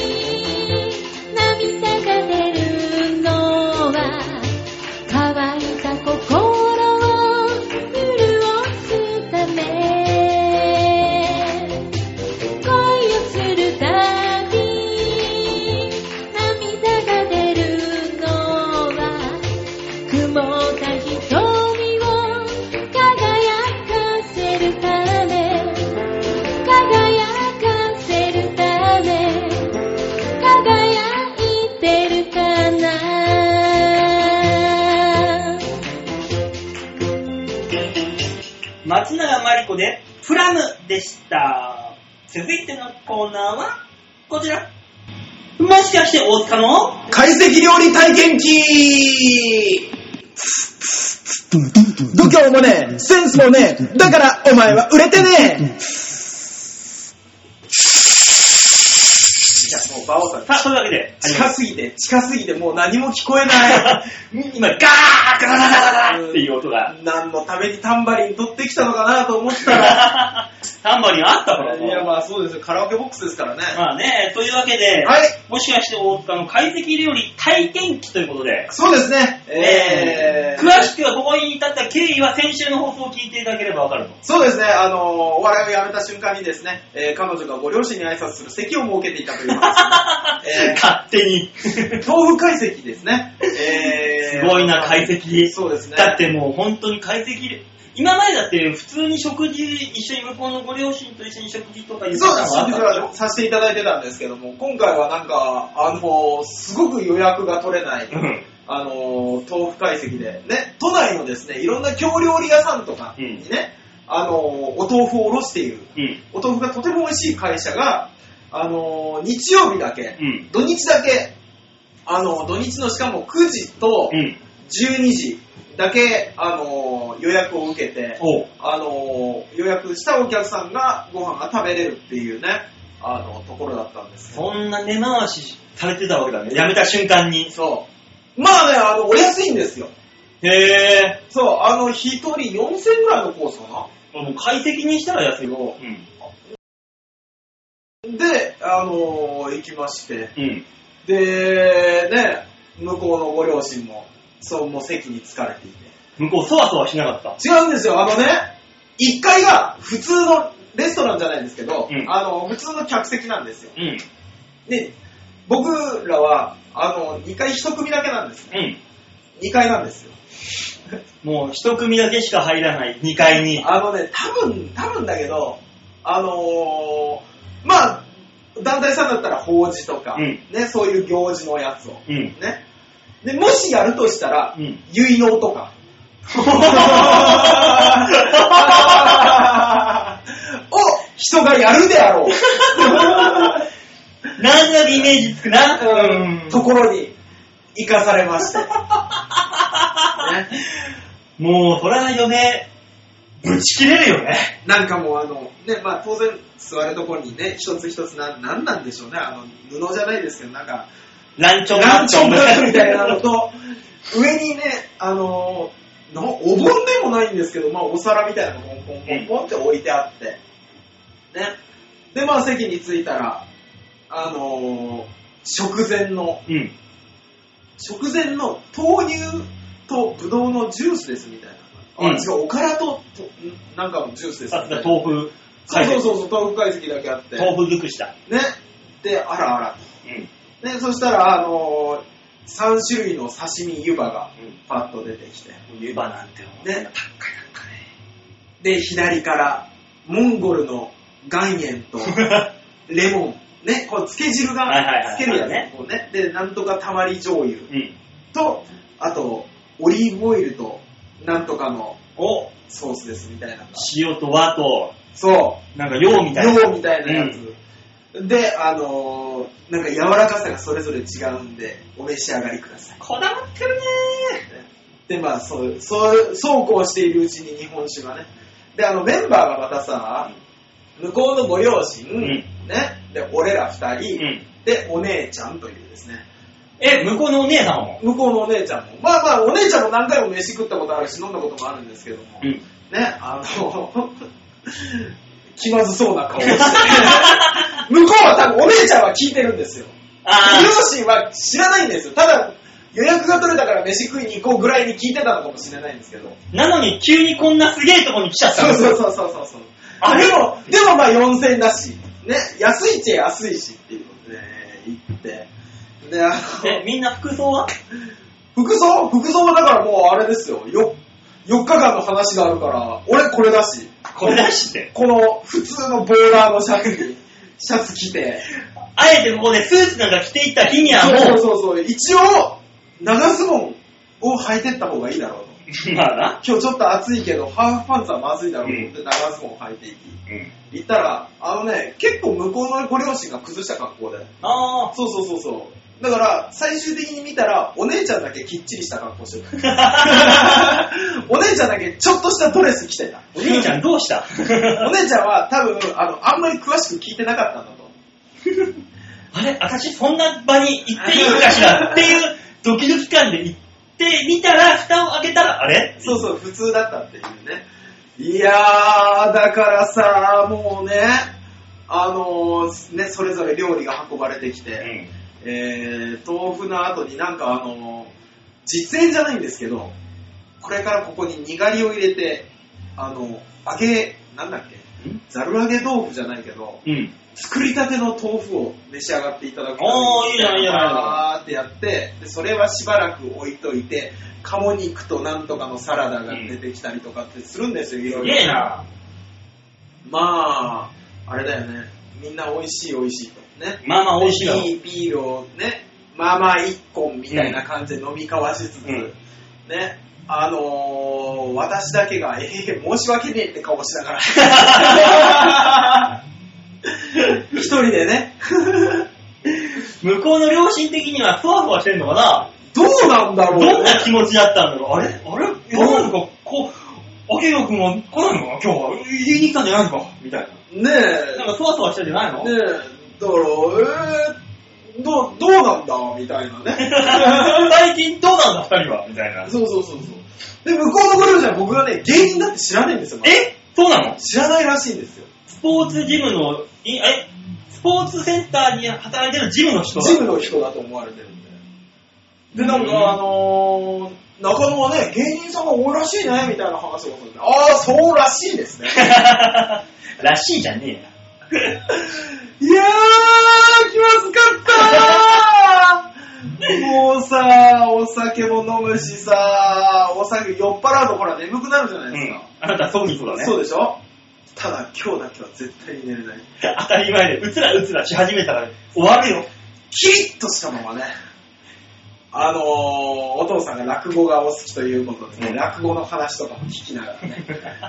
松永まりこでプラムでした。続いてのコーナーはこちら。もしかして大塚の懐石料理体験記。度胸もねえセンスもねえだからお前は売れてねえ。じゃあもう馬王さんさあそういうわけで近すぎてもう何も聞こえない今ガーガラガラガラっていう音が何のためにタンバリン取ってきたのかなと思ったらタンバリンあったからいやまあそうですよカラオケボックスですからね。 まあねというわけで、 はい、 もしかして大塚の懐石料理体験記ということでそうですね詳しくはここに至った経緯は先週の放送を聞いていただければわかると。 そうですねお笑いを辞めた瞬間にですね、彼女がご両親に挨拶する席を設けていたという勝手に豆腐解析ですね、 すごいな解析。 そうですね。 だってもう本当に解析今までだって普通に食事一緒に向こうのご両親と一緒に食事とかいうそうです。させていただいてたんですけども今回はなんかすごく予約が取れない、豆腐解析でね都内のですねいろんな京料理屋さんとかにね、お豆腐を卸している、お豆腐がとても美味しい会社が日曜日だけ、土日だけ土日のしかも9時と12時だけ、予約を受けて、予約したお客さんがご飯が食べれるっていうね、ところだったんですけど。 そんな根回しされてたわけだね。辞めた瞬間に。 そう。まあね、お安いんですよ。 へー。 そう、一人4000ぐらいのコースかな。 もう快適にしたら安いよ。 で、行きまして、 で、ね、向こうのご両親も、そう、もう席に疲れていて。 向こう、そわそわしなかった。 違うんですよ、1階が普通のレストランじゃないんですけど、普通の客席なんですよ。で、僕らは、2階1組だけなんですね。2階なんですよ。 もう1組だけしか入らない2階に。 多分だけど、まあ、団体さんだったら法事とか、ね、そういう行事のやつを、ね。で、もしやるとしたら、結納とか。を人がやるであろう。 なんとなくイメージつくな。 ところに行かされまして。ね、 もう、それは嫁、ぶち切れるよね。 なんかもうね、まあ当然座るところにね、一つ一つなんでしょうね、布じゃないですけど、なんか、 ランチョンみたいなのと、上にね、お盆でもないんですけど、まあお皿みたいなのがポンポンポンポンって置いてあって、ね。で、まあ席に着いたら、食前の豆乳とぶどうのジュースですみたいな。違う、おからとなんかのジュースです、ね。 豆腐。 そう、豆腐解析だけあって。 豆腐尽くした。 ね。で、あらあらと。ね、そしたら、3種類の刺身湯葉がパッと出てきて。 湯葉なんてね。高いなんかね。 で、左から、モンゴルの岩塩とレモン。ね、こう、漬け汁が、つけるやつね。こうね。で、なんとかたまり醤油。と、あと、オリーブオイルと、なんとかのソースですみたいな。 塩と和と、 そう。 なんか洋みたいな。 洋みたいなやつ。で、なんか柔らかさがそれぞれ違うんで、お召し上がりください。 こだわってるねー。で、まあ、そうこうしているうちに日本酒がね。で、メンバーがまたさ、向こうのご両親、ね、で、俺ら2人、で、お姉ちゃんというですね。 向こうのお姉さんも向こうのお姉ちゃんも。まあまあ、お姉ちゃんも何回も飯食ったことあるし、飲んだこともあるんですけども。ね、気まずそうな顔をして。向こうは多分お姉ちゃんは聞いてるんですよ。両親は知らないんですよ。ただ、予約が取れたから飯食いに行こうぐらいに聞いてたのかもしれないんですけど。 なのに急にこんなすげえとこに来ちゃったんですよ。 そう。でもまあ4000円だし、ね、安いっちゃ安いしっていうことで、行って。で、 みんな服装は服装はだからもうあれですよ。4日間の話があるから、俺これだし。 これだしって。 この普通のボーダーのシャツ着て。 あえてここでスーツなんか着ていった日にはもう。 そう。一応、長ズボンを履いてった方がいいだろうと。 まあな。 今日ちょっと暑いけど、ハーフパンツはまずいだろうと思って長ズボンを履いていき。行ったら、結構向こうのご両親が崩した格好で。そう。だから、最終的に見たら、お姉ちゃんだけきっちりした格好してた。お姉ちゃんだけちょっとしたドレス着てた。 お姉ちゃんどうしたお姉ちゃんは多分、あんまり詳しく聞いてなかったんだと。 あれ私そんな場に行っていいのかしらっていうドキドキ感で行ってみたら、蓋を開けたら、あれそう、普通だったっていうね。いやー、だからさ、もうね、それぞれ料理が運ばれてきて、豆腐の後になんか実演じゃないんですけど、これからここににがりを入れて、なんだっけ、ざる揚げ豆腐じゃないけど、作りたての豆腐を召し上がっていただくために、 いいじゃん。 ーってやって、でそれはしばらく置いといて、鴨肉となんとかのサラダが出てきたりとかってするんですよ、いろいろ。 いいな。 まあ、あれだよね。みんな美味しいと。ね。 まあ美味しいよ。 ビールをね、まあ一本みたいな感じで飲み交わしつつ、ね。私だけが、申し訳ねえって顔しながら。一人でね。 向こうの両親的にはふわふわしてんのかな。 どうなんだろう、ね、 どんな気持ちだったんだろう。あれなんか明宏君は来ないのか今日は。言いに来たんじゃないのかみたいな。 ねえ。 なんかそわそわしてんじゃないの。 ねえ。だからどうなんだみたいなね。 最近どうなんだ二人はみたいな。 そう。で、向こうのご両親は僕がね、芸人だって知らないんですよ。 そうなの？ 知らないらしいんですよ。 スポーツジムの、スポーツセンターに働いてるジムの人だと思われてるんで。で、なんか中野はね、芸人さんが多いらしいね、みたいな話をするんで、ああ、そうらしいですね。 らしいじゃねえや。 いやー、気まずかったー。もうさ、お酒も飲むしさ、お酒酔っ払うとほら眠くなるじゃないですか。 あなたそうにそうだね。 そうでしょ。ただ今日だけは絶対に寝れない。 当たり前で、うつらうつらし始めたら終わるよ。 キリッとしたままね。お父さんが落語がお好きということでね、落語の話とかも聞きながらね。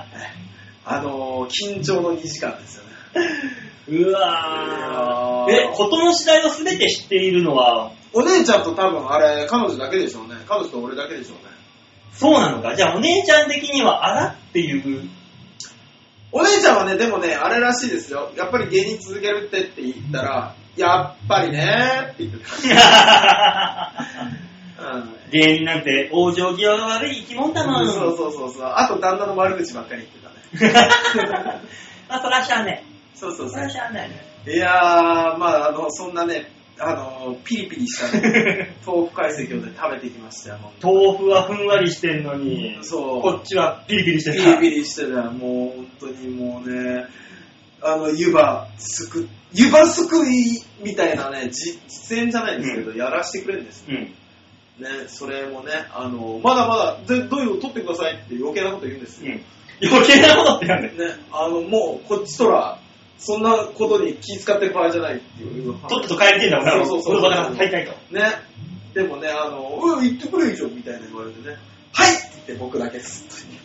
緊張の2時間ですよね。 うわー。事の次第を全て知っているのは、 お姉ちゃんと多分あれ、彼女だけでしょうね。彼女と俺だけでしょうね。 そうなのか。じゃあお姉ちゃん的にはあらっていう。 お姉ちゃんはね、でもね、あれらしいですよ。やっぱり芸人続けるって言ったら、やっぱりねーって言ってた。 芸人なんて往生際が悪い生き物だもん。 そう。あと旦那の悪口ばっかり言ってたね。 あ、そらしゃあね。 そう。 そらしゃあないね。 いやー、まあそんなね、ピリピリしたね、豆腐懐石をね、食べてきましたよ。 豆腐はふんわりしてんのに、 そう。 こっちはピリピリしてた。ピリピリしてた。もう本当にもうね、湯葉すくいみたいなね、実演じゃないんですけど、やらせてくれるんですよ。ね、それもね、まだまだ、どういうの取ってくださいって余計なこと言うんですよ。 余計なことってなんだよ。 ね、もう、こっちとら、そんなことに気遣ってる場合じゃないっていう。 とっとと帰りてんだもんな。 そう。 大体と。 ね。でもね、言ってくれ以上みたいな言われてね、はいって言って僕だけす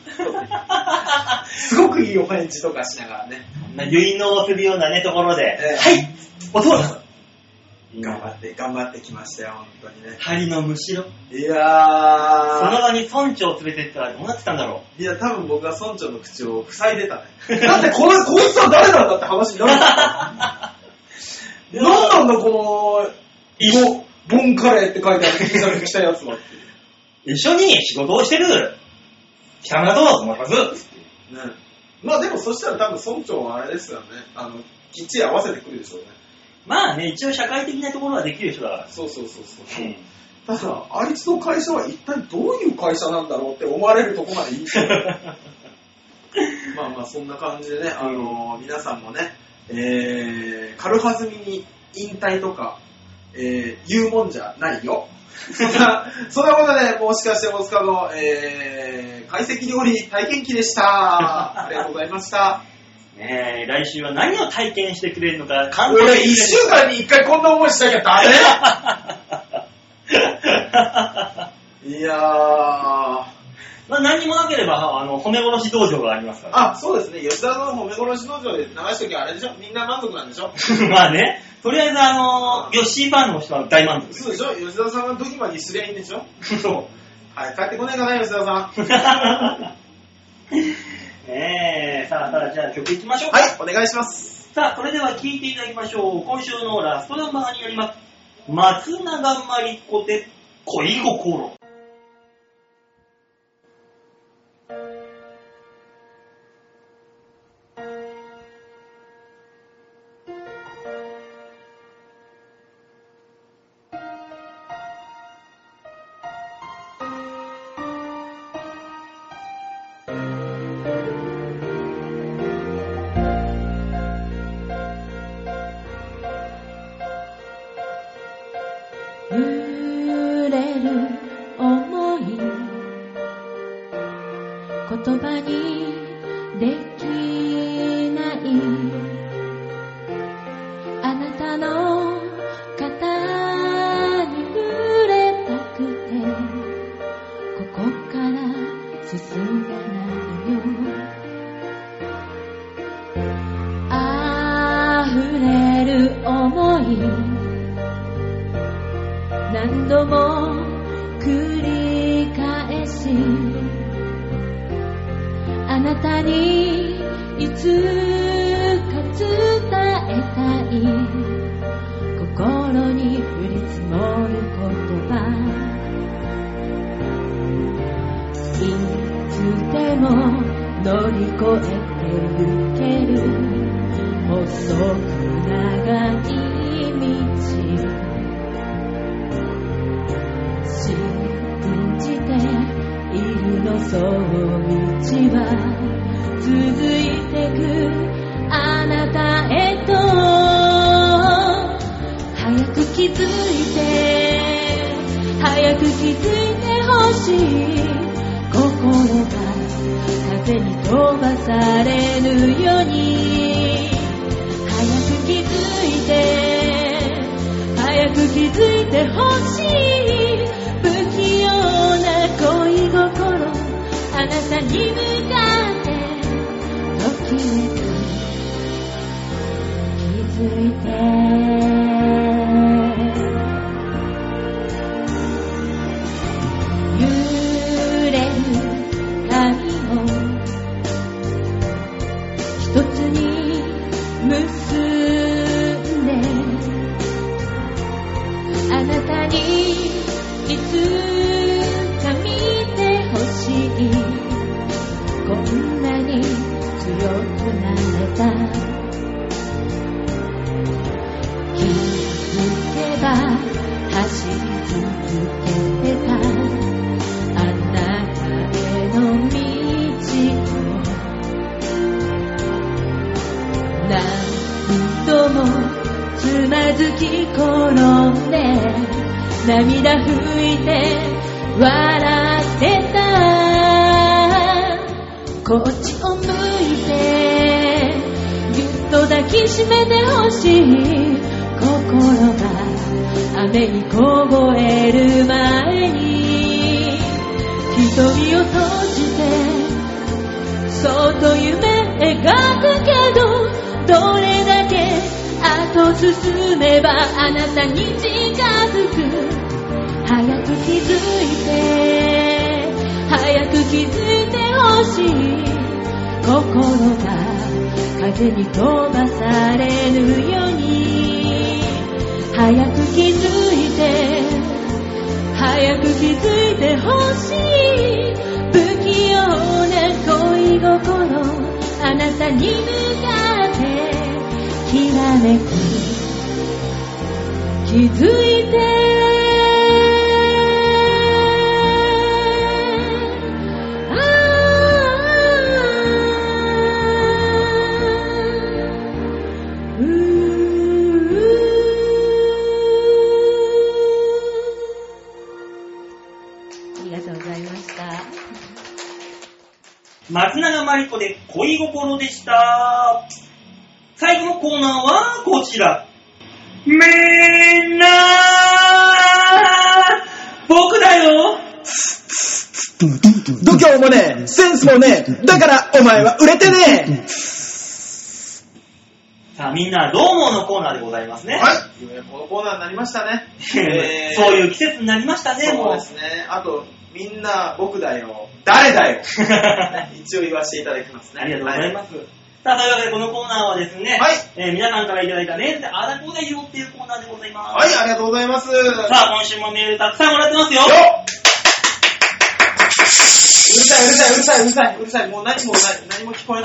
ごくいいお返事とかしながらね。 結納するようなね、ところで、はいお父さん頑張ってきましたよ、本当にね。 針のむしろ。 いやー。 その場に村長を連れてったらどうなってたんだろう。いや、多分僕は村長の口を塞いでたね。だってこいつは誰なんだって話になるんだ。何なんだこの、ボンカレーって書いてある T シャツ着たやつはって。 一緒に仕事をしてる北村と思います。ね。 まあでもそしたら多分村長はあれですよね。きっちり合わせてくるでしょうね。 まあね、一応社会的なところはできる人だから。 そう。ただ、あいつの会社は一体どういう会社なんだろうって思われるとこまでいいですよ。まあそんな感じでね、皆さんもね、軽はずみに引退とか、言うもんじゃないよ。そんなことで、もしかして大塚の、懐石料理体験記でした。ありがとうございました。 ねえ、来週は何を体験してくれるのか、 俺1週間に1回こんな思いしなきゃダメいやー。 まあ何にもなければ、褒め殺し道場がありますから。 あ、そうですね。吉田の褒め殺し道場で流しときゃあれでしょ、みんな満足なんでしょまあね。とりあえずヨッシーファンの人は大満足。 そうでしょ、吉田さんがドキマにすりゃいいんでしょそう。 はい、帰ってこないかな、吉田さん。 さあ、ただじゃあ曲いきましょうか。 はい、お願いします。 さあ、それでは聴いていただきましょう。今週のラストナンバーになります。松永まりこで恋心。 言葉にできないあなたの肩に触れたくてここから進めないよ溢れる想い何度も繰り返しあなたにいつか伝えたい心に降り積もる言葉いつでも乗り越えてゆける細く長い道、信じているの、そう道は続いてくあなたへと。早く気づいて、早く気づいてほしい。心が風に飛ばされぬように。早く気づいて、早く気づいてほしい。不器用な恋心、あなたに向かってときめく。気づいて、揺れる髪を一つに結んで、あなたにいつか見てほしい。こんなに強くなれた。気づけば走り続けてたあなたへの道を、何度もつまずき転んで、涙拭いて笑ってた。こっちを向いてぎゅっと抱きしめてほしい。心が雨に凍える前に、瞳を閉じてそっと夢描くけど、どれだけ後進めばあなたに近づく。早く気づいて、早く気づいてほしい。心が風に飛ばされぬように。早く気づいて、早く気づいてほしい。不器用な恋心、あなたに向かってきらめく。気づいて、 松永まりこで恋心でした。最後のコーナーはこちら。みんな僕だよ。 度胸もねえ、センスもねえ、だからお前は売れてねえ。 さあみんなどうものコーナーでございますね。 はい。このコーナーになりましたね。 そういう季節になりましたね。 そうですね。あとみんな僕だよ。誰だよ。一応言わせていただきますね。 ありがとうございます。はい、さあというわけでこのコーナーはですね、はい、皆さんからいただいたメールであらこだよっていうコーナーでございます。 はい、ありがとうございます。 さあ今週もメールたくさんもらってますよ。 うるさい。もう何も聞こえない。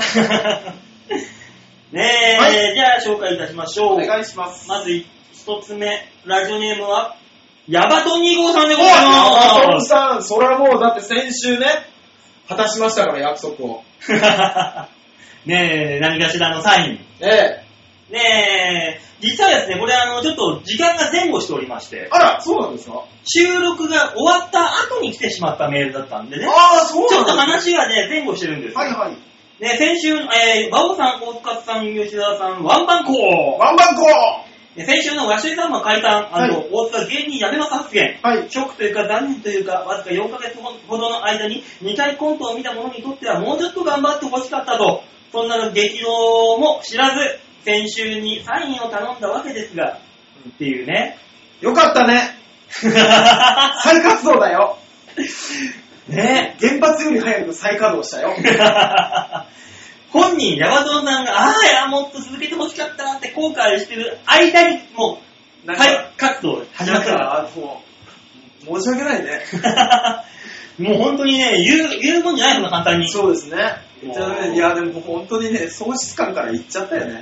ねえ、はい、じゃあ紹介いたしましょう。 お願いします。 まず一つ目、ラジオネームはヤバトン2号さんでございます。ヤバトンさん、それはもうだって先週ね、果たしましたから約束を。 ねえ、何かしらのサイン。ねえ、実はですね、これちょっと時間が前後しておりまして。 あら、そうなんですか？ 収録が終わった後に来てしまったメールだったんでね。 ああ、そうなんですか？ ちょっと話がね、前後してるんですよ。 はいはい。 ね、先週、バオさん、大塚さん、吉田さん、ワンバンコー。先週の和紙さんの解散、大塚芸人やめます発言。はい。ショックというか残念というか、わずか4ヶ月ほどの間に2回コントを見た者にとってはもうちょっと頑張ってほしかったと、そんな激動も知らず、先週にサインを頼んだわけですが、っていうね。 よかったね。再活動だよ。 ね、 原発より早く再稼働したよ。 本人、ヤバトンさんが、もっと続けてほしかったなって後悔してる間に、もう、再活動始まったから。 もう申し訳ないね。 もう本当にね、言うもんじゃないの簡単に。 そうですね。 いや、でも本当にね、喪失感からいっちゃったよね。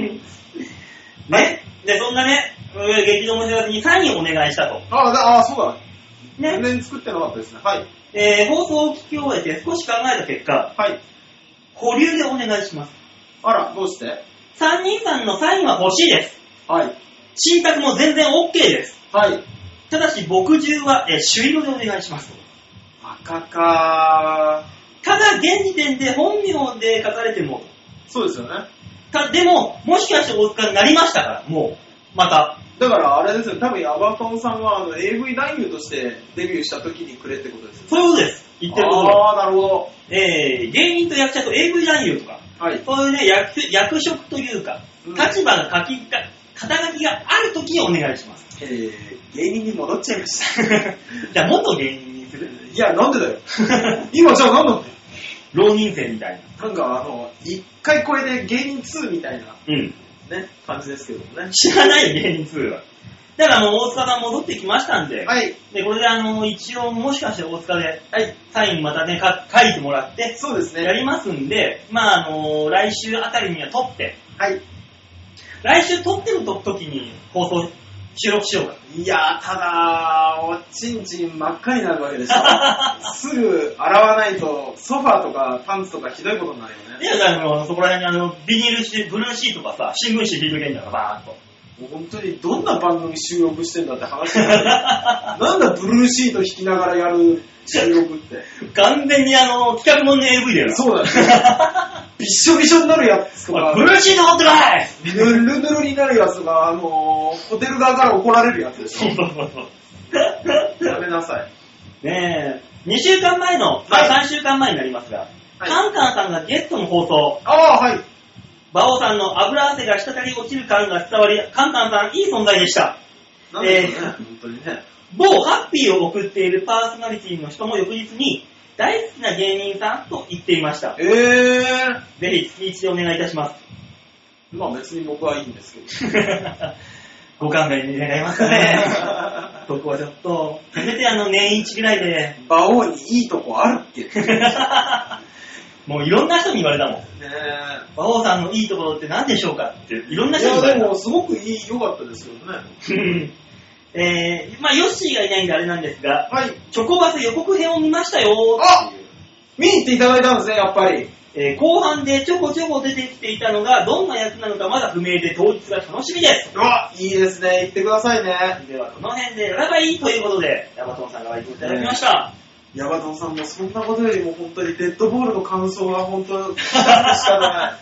ね。で、そんなね、激動も知らずにサインをお願いしたと。 そうだ。 ね。 全然作ってなかったですね。はい。 放送を聞き終えて少し考えた結果、 はい。 保留でお願いします。 あら、どうして？ 3人さんのサインは欲しいです。 はい。 新作も全然 OK です。 はい。 ただし、僕中は、朱色でお願いします。 赤かー。ただ、現時点で本名で書かれても。 そうですよね。 でも、もしかして大塚になりましたから、もう、また。 だからあれですよ、多分ヤバトンさんはAV 男優としてデビューした時にくれってことですよね。 そういうことです。言ってることは。 なるほど。 芸人と役者と AV 男優とか、はい、そういうね、役職というか、立場が肩書きがある時にお願いします。 芸人に戻っちゃいました。 じゃあ、元芸人にする？ いや、なんでだよ。今じゃあ何だって。 浪人生みたいな。なんか一回これで芸人2みたいな、ね、感じですけどもね。 知らないよ、芸人2は。だからもう大塚さん戻ってきましたんで、 はい。 で、これで一応もしかして大塚で、はい、サインまたね、書いてもらって、 そうですね。 やりますんで、まあ来週あたりには撮って、はい。来週撮ってる時に放送、収録しようか。 いやー、ただ、おちんちん真っ赤になるわけでしょ。すぐ洗わないと、ソファーとかパンツとかひどいことになるよね。 いや、だからそこら辺にビニールして、ブルーシートかさ、新聞紙ビールゲンだからバーッと。 もう本当にどんな番組収録してんだって話だよ。なんだブルーシート引きながらやる収録って。 完全に企画もんの AV だよな。 そうだね。びっしょびしょになるやつとか。 ブルーシート持ってない！ ぬるぬるになるやつとか、ホテル側から怒られるやつでしょ。そう。やめなさい。 ねえ、2週間前の、まあ3週間前になりますが、カンカンさんがゲストの放送。 はい。 馬王さんの油汗が滴り落ちる感が伝わり、カンカンさんいい存在でした。 なんでしょうね、本当にね。 某ハッピーを送っているパーソナリティの人も翌日に、大好きな芸人さんと言っていました。ぜひ月1でお願いいたします。 まあ別に僕はいいんですけど。 ご勘弁願いますかね。僕はちょっと、せめて年1ぐらいで。 馬王にいいとこあるっけもういろんな人に言われたもん。馬王さんのいいところって何でしょうかっていろんな人に言われた。 いやでもすごく良かったですよね。 まあヨッシーがいないんであれなんですが、 はい、 チョコバス予告編を見ましたよっていう。見に行っていただいたんですね、やっぱり。 後半でちょこちょこ出てきていたのがどんなやつなのかまだ不明で当日が楽しみです。 いいですね、行ってくださいね。 ではこの辺でやればいいということでヤバトンさんが言っていただきました。 ヤバトンさんもそんなことよりも本当にデッドボールの感想が本当に仕方ない。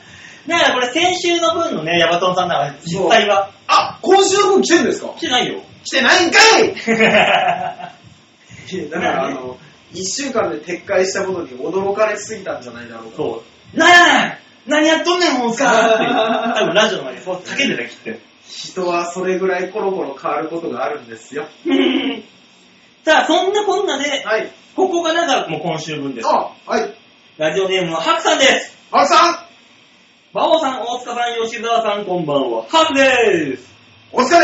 だからこれ先週の分のね、ヤバトンさんなら実際は。 今週の分来てるんですか？ 来てないよ。 来てないんかいだから1週間で撤回したことに驚かれすぎたんじゃないだろうか。 そう。何やっとんねん、もうさって多分ラジオの前でそう叫んでたきって。 人はそれぐらいコロコロ変わることがあるんですよ。 さあ、そんなこんなで、 はい、 ここがなんかもう今週分です。 はい。 ラジオネームはハクさんです。 ハクさん、 馬王さん、大塚さん、吉沢さん、こんばんは。ハクでーす。 大塚です。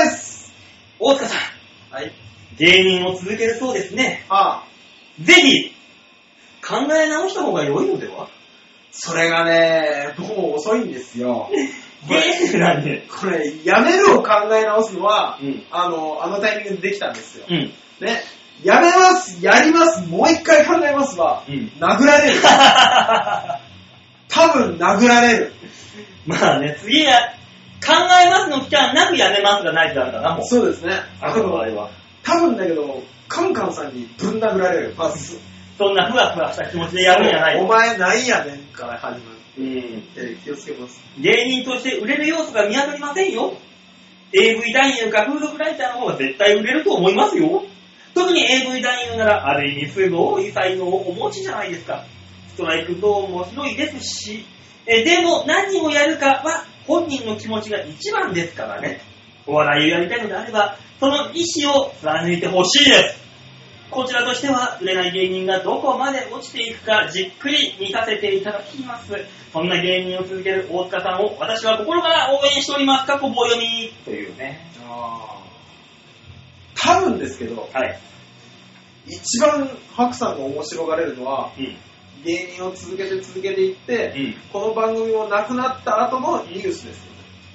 大塚さん。 はい。 芸人を続けるそうですね。ぜひ、考え直した方が良いのでは？ それがね、もう遅いんですよ。これ、やめるを考え直すのは、あのタイミングでできたんですよ。ね。やめます、やります、もう一回考えますは、殴られる。多分殴られる。 まあね、次は、考えますの期間なくやめますがないとダメだな、もう。 そうですね。 あの場合は。 多分だけど、カンカンさんにぶん殴られる。まず。 そんなふわふわした気持ちでやるんじゃない。 お前なんやねんから始まる。気をつけます。 芸人として売れる要素が見当たりませんよ。AV 男優かフードフライターの方が絶対売れると思いますよ。特に AV 男優ならある意味すごい才能をお持ちじゃないですか。ストライクゾーンも広いですし、でも何をやるかは本人の気持ちが一番ですからね。お笑いをやりたいのであれば、その意思を貫いてほしいです。こちらとしては、売れない芸人がどこまで落ちていくかじっくり見させていただきます。そんな芸人を続ける大塚さんを私は心から応援しております。過去棒読みというね。 多分ですけど、 はい、 一番ハクさんが面白がれるのは、 芸人を続けていって、この番組もなくなった後のニュースですよ。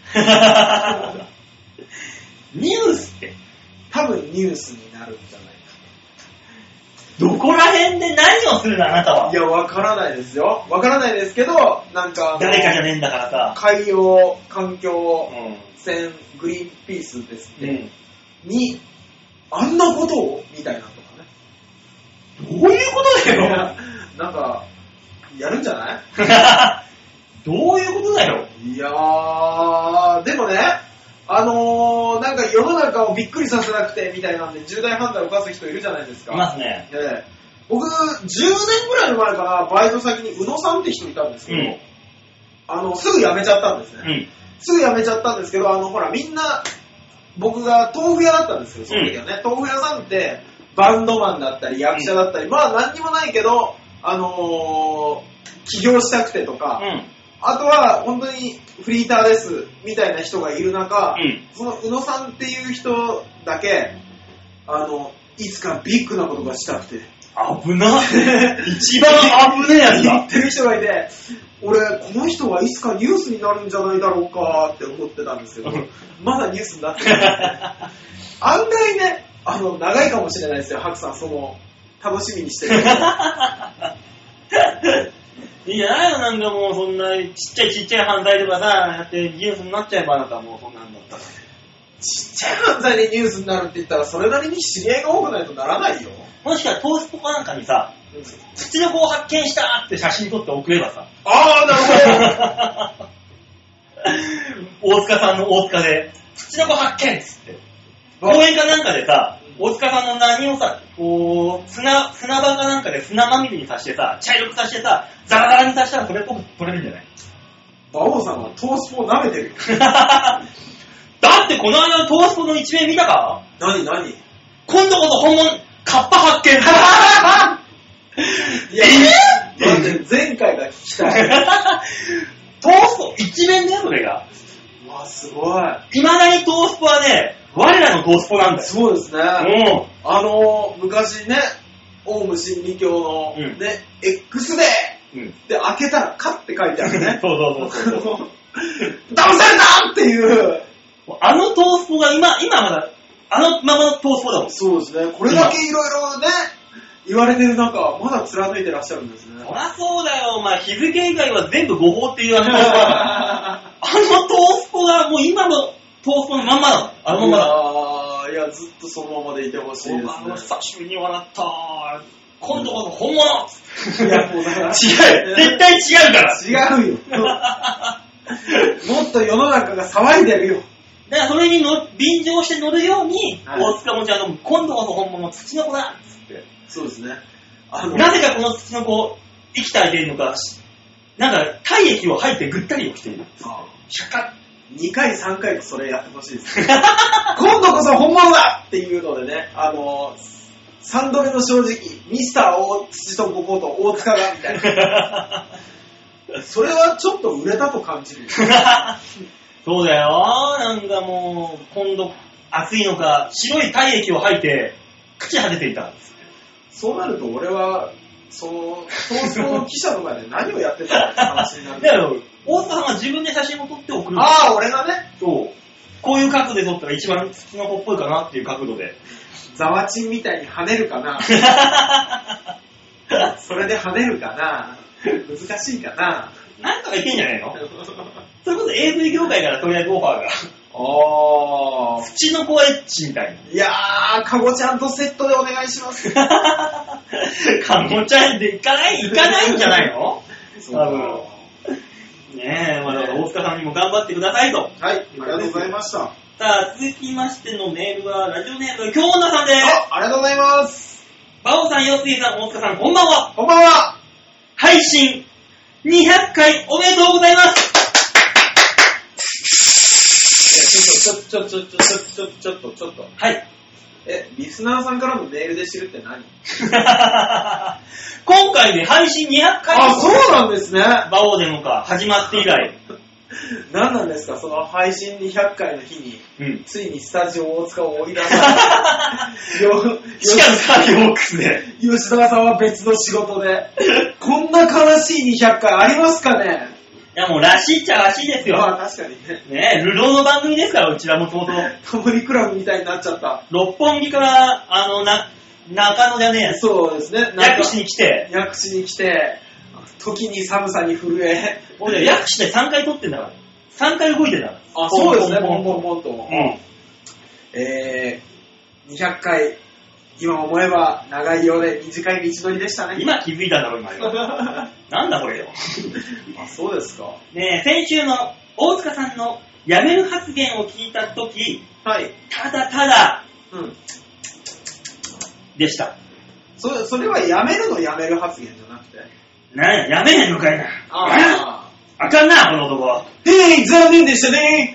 ニュースって多分ニュースになるんじゃないか。 どこら辺で何をするのあなたは。 いや、わからないですよ。わからないですけど、なんか誰かじゃねえんだからさ。 海洋環境船、グリーンピースですって、に、あんなことをみたいなとかね。 どういうことだよ。 なんか、やるんじゃないどういうことだよ。 いやー、でもね、なんか世の中をびっくりさせなくてみたいなんで重大犯罪を犯す人いるじゃないですか。 いますね。 僕、10年ぐらいの前かな、バイト先に宇野さんって人いたんですけど、すぐ辞めちゃったんですね。すぐ辞めちゃったんですけど、ほら、みんな、僕が豆腐屋だったんですけど、その時はね、豆腐屋さんって、バンドマンだったり、役者だったり、まあ何にもないけど、起業したくてとか、あとは本当にフリーターですみたいな人がいる中、その宇野さんっていう人だけ、いつかビッグなことがしたくて。 危な一番危ねえやつだ。 言ってる人がいて、俺、この人はいつかニュースになるんじゃないだろうかって思ってたんですけど、まだニュースになってない。案外ね、長いかもしれないですよ、ハクさん、楽しみにしてる。 いいじゃないの、なんかもうそんなちっちゃい犯罪とかさ、やってニュースになっちゃえばあなたもうそんなんだったら。 ちっちゃい犯罪でニュースになるって言ったら、それなりに知り合いが多くないとならないよ。 もしくはトースポかなんかにさ、土の子を発見したって写真撮って送ればさ。 あー、なるほど。大塚さんの大塚で、土の子発見っつって。公園かなんかでさ、大塚さんの何をさ、こう、砂場かなんかで砂まみれにさしてさ、茶色くさしてさ、ザラザラにさしたらそれっぽく撮れるんじゃない？ 馬王さんはトースポを舐めてるよ。 だってこの間のトースポの一面見たか？ 何今度こそ本物、カッパ発見いや、前回が聞きたい。 トースポ一面だよ、それが。 うわ、すごい。 未だにトースポはね、我らのトースポなんだよ。 そうですね。昔ね、オウム真理教のね、X デーで開けたらカって書いてあるね。 そう。 騙されたっていう。 あのトースポが今まだ、あのままのトースポだもん。 そうですね。これだけいろいろね、言われてる中、まだ貫いてらっしゃるんですね。 そりゃそうだよ。まあ、日付以外は全部誤報っていうあのトースポがもう今のトースポのまんまだもん。あのままだ。 いや、ずっとそのままでいてほしいですね。 久しぶりに笑った。今度こそ本物。 いや、もうだから。 違う。絶対違うから。 違うよ。もっと世の中が騒いでるよ。 だからそれに便乗して乗るように、大塚もちゃんの今度こそ本物土の子だっつって。 そうですね。 なぜかこの土の子生きていているのか、なんか体液を吐いてぐったりをしている。シャカッ。 2回3回とそれやってほしいです。今度こそ本物だっていうのでね、3度目の正直、ミスター大土とごこと大塚がみたいな。それはちょっと売れたと感じる。 そうだよ。なんかもう、今度暑いのか、白い体液を吐いて、口が出ていたんです。 そうなると俺は、トースポの記者の前で何をやってたって話になる。 だから大塚さんが自分で写真を撮って送る。 ああ、俺がね。 そう。こういう角度で撮ったら一番土の子っぽいかなっていう角度で。 ザワチンみたいに跳ねるかな。それで跳ねるかな。難しいかな。 なんとかいけんじゃないの？それこそ AV 業界からとりあえずオファーが。土の子エッチみたいな。 いやー、カゴちゃんとセットでお願いします。 カゴちゃんで行かないんじゃないの？ねえ、まあだから大塚さんにも頑張ってくださいと。 はい、ありがとうございました。 さあ、続きましてのメールは、ラジオネーム、京女さんです。 ありがとうございます。 バオさん、ヨッピーさん、大塚さん、こんばんは。 こんばんは。 配信200回おめでとうございます。 ちょっと。 はい。 リスナーさんからのメールで知るって何？ 今回で配信200回。 あ、そうなんですね。 バオデモか、始まって以来。 何なんですか、その配信200回の日に、ついにスタジオ大塚を追い出した。 しかもスタジオボックスで。 吉田さんは別の仕事で。こんな悲しい200回ありますかね。 いやもうらしいっちゃらしいですよ。 まあ確かにね。 ねえ、流浪の番組ですから、うちらもとうとう。 タモリクラブみたいになっちゃった。 六本木から、中野じゃねえ。 そうですね。 薬師に来て。 薬師に来て、時に寒さに震え。 俺、薬師で3回撮ってんだから。3回動いてんだから。 あ、そうですね、ポンポンポンと。200回、今思えば長いようで短い道のりでしたね。 今気づいたんだろ、今よ。なんだこれよ。 あ、そうですか。 ねえ、先週の大塚さんの辞める発言を聞いたとき、 はい。 ただただ、でした。 それは辞めるのやめる発言じゃなくて。 なんや、辞めへんのかいな。あかんな、この男。 残念でしたね。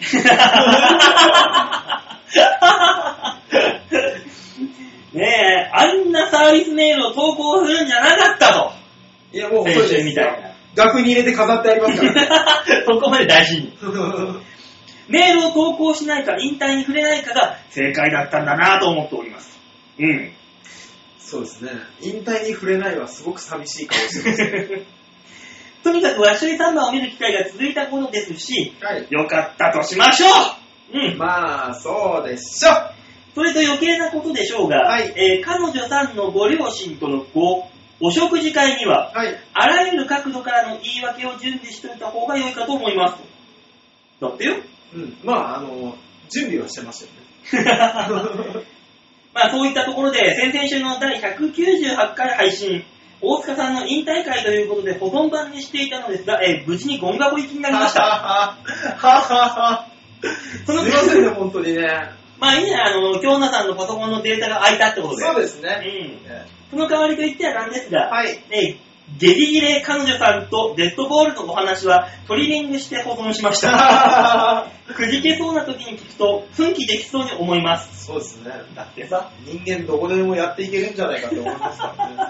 ねえ、あんなサービスメールを投稿するんじゃなかったと。 いや、もう先週みたいな。 額に入れて飾ってありますからね。 そこまで大事に。メールを投稿しないか、引退に触れないかが正解だったんだなと思っております。 そうですね。引退に触れないはすごく寂しい顔してます。 とにかくワッショイサンバを見る機会が続いたことですし、 はい、 よかったとしましょう。 まあ、そうでしょ。 それと余計なことでしょうが、はい、彼女さんのご両親とのお食事会には、はい、あらゆる角度からの言い訳を準備しておいた方が良いかと思います。だってよ。 まあ、準備はしてましたよね。 まあ、そういったところで、先々週の第198回配信、大塚さんの引退会ということで保存版にしていたのですが、無事にゴミ箱行きになりました。 すいませんね、本当にね。 まあいいね、京奈さんのパソコンのデータが空いたってことで。 そうですね。 その代わりと言ってはなんですが、ゲリギレ彼女さんとデッドボールのお話はトリミングして保存しました。くじけそうな時に聞くと奮起できそうに思います。 そうですね。 だってさ、 人間どこでもやっていけるんじゃないかって思いますからね。